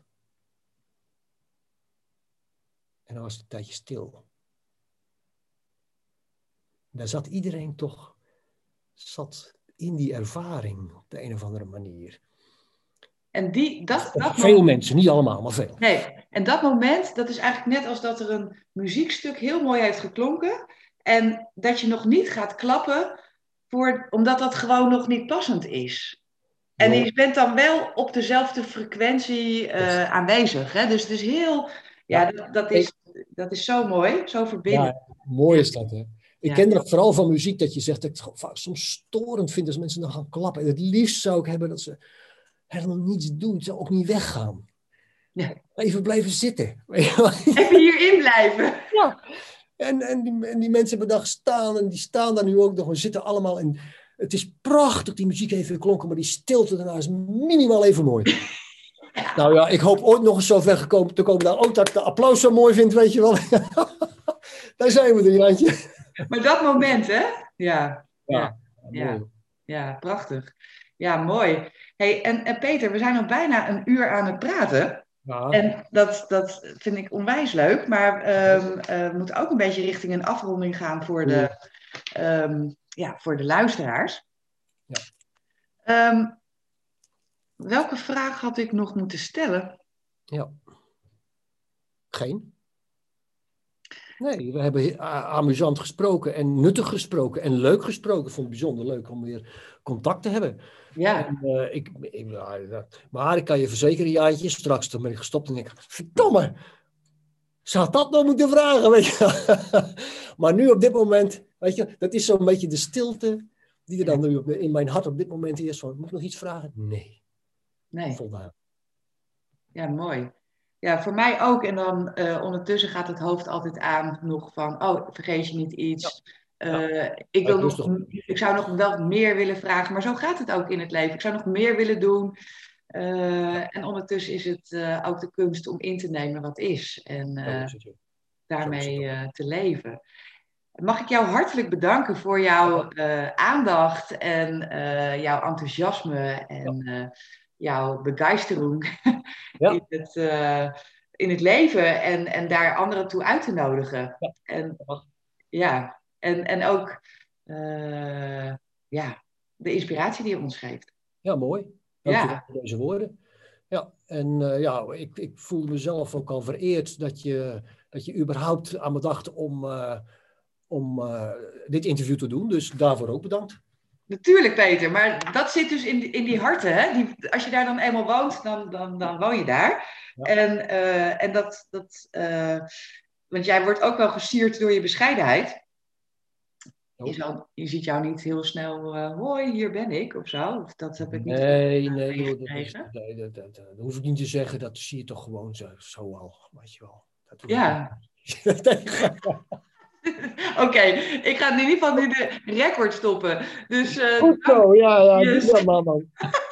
En dan was het een tijdje stil. En daar zat iedereen toch, zat in die ervaring op de een of andere manier. En die, dat, dat veel moment, mensen, niet allemaal, maar veel. Nee, en dat moment, dat is eigenlijk net als dat er een muziekstuk heel mooi heeft geklonken. En dat je nog niet gaat klappen, voor, omdat dat gewoon nog niet passend is. En ja. je bent dan wel op dezelfde frequentie uh, aanwezig. Hè? Dus het is heel, ja, ja dat, dat, is, dat is zo mooi, zo verbindend. Ja, mooi is dat, hè. Ik Ja. ken dat vooral van muziek, dat je zegt dat ik het gewoon vaak soms storend vind als mensen dan gaan klappen. En het liefst zou ik hebben dat ze helemaal niets doen, ze ook niet weggaan. Ja. Even blijven zitten. Weet je wel? Even hierin blijven. Ja. En, en, die, en die mensen hebben daar gestaan en die staan daar nu ook nog. We zitten allemaal in. Het is prachtig, die muziek heeft weer klonken, maar die stilte daarna is minimaal even mooi. Ja. Nou ja, ik hoop ooit nog eens zo ver gekomen te komen dat ook dat ik de applaus zo mooi vind, weet je wel. Daar zijn we er, Jantje. Maar dat moment, hè? Ja. Ja, Ja. ja, mooi. Ja, prachtig. Ja, mooi. Hey, en, en Peter, we zijn al bijna een uur aan het praten. Ja. En dat, dat vind ik onwijs leuk. Maar ehm, eh, we moeten ook een beetje richting een afronding gaan voor de, ehm, ja, voor de luisteraars. Ja. Ehm, welke vraag had ik nog moeten stellen? Ja. Geen? Nee, we hebben amusant gesproken en nuttig gesproken en leuk gesproken. Ik vond het bijzonder leuk om weer contact te hebben. Ja. En, uh, ik, ik, ja, maar ik kan je verzekeren, Jaantje, straks dan ben ik gestopt en denk ik, verdomme, ze had dat nog moeten vragen, weet je. Maar nu op dit moment, weet je, dat is zo'n beetje de stilte die er dan nu op, in mijn hart op dit moment is. Van, moet ik nog iets vragen? Nee. Nee. Voldaan. Ja, mooi. Ja, voor mij ook. En dan uh, ondertussen gaat het hoofd altijd aan nog van, oh, vergeet je niet iets. Ja. Uh, ik, wil nog, ik zou nog wel meer willen vragen, maar zo gaat het ook in het leven. Ik zou nog meer willen doen. Uh, ja. En ondertussen is het uh, ook de kunst om in te nemen wat is. En uh, is het, daarmee uh, te leven. Mag ik jou hartelijk bedanken voor jouw uh, aandacht en uh, jouw enthousiasme en uh, jouw begeistering ja. in, het, uh, in het leven en, en daar anderen toe uit te nodigen. Ja. En, ja, en, en ook uh, ja, de inspiratie die je ons geeft. Ja, mooi. Dank je wel voor deze woorden. Ja, en uh, ja, ik, ik voelde mezelf ook al vereerd dat je, dat je überhaupt aan me dacht om, uh, om uh, dit interview te doen. Dus daarvoor ook bedankt. Natuurlijk, Peter. Maar dat zit dus in, in die harten. Hè? Die, als je daar dan eenmaal woont, dan, dan, dan woon je daar. Ja. En, uh, en dat... dat uh, want jij wordt ook wel gesierd door je bescheidenheid. Je, zal, je ziet jou niet heel snel... Uh, hoi, hier ben ik, of zo. Of dat heb ik niet... Nee, nee, joh, dat, is, nee dat, dat, dat hoef ik niet te zeggen. Dat zie je toch gewoon zo, zo al. Weet je wel. Dat ja. Oké, okay, ik ga in ieder geval nu de record stoppen. Dus, uh, goed zo, ja, ja. yes. Doe dat maar, man.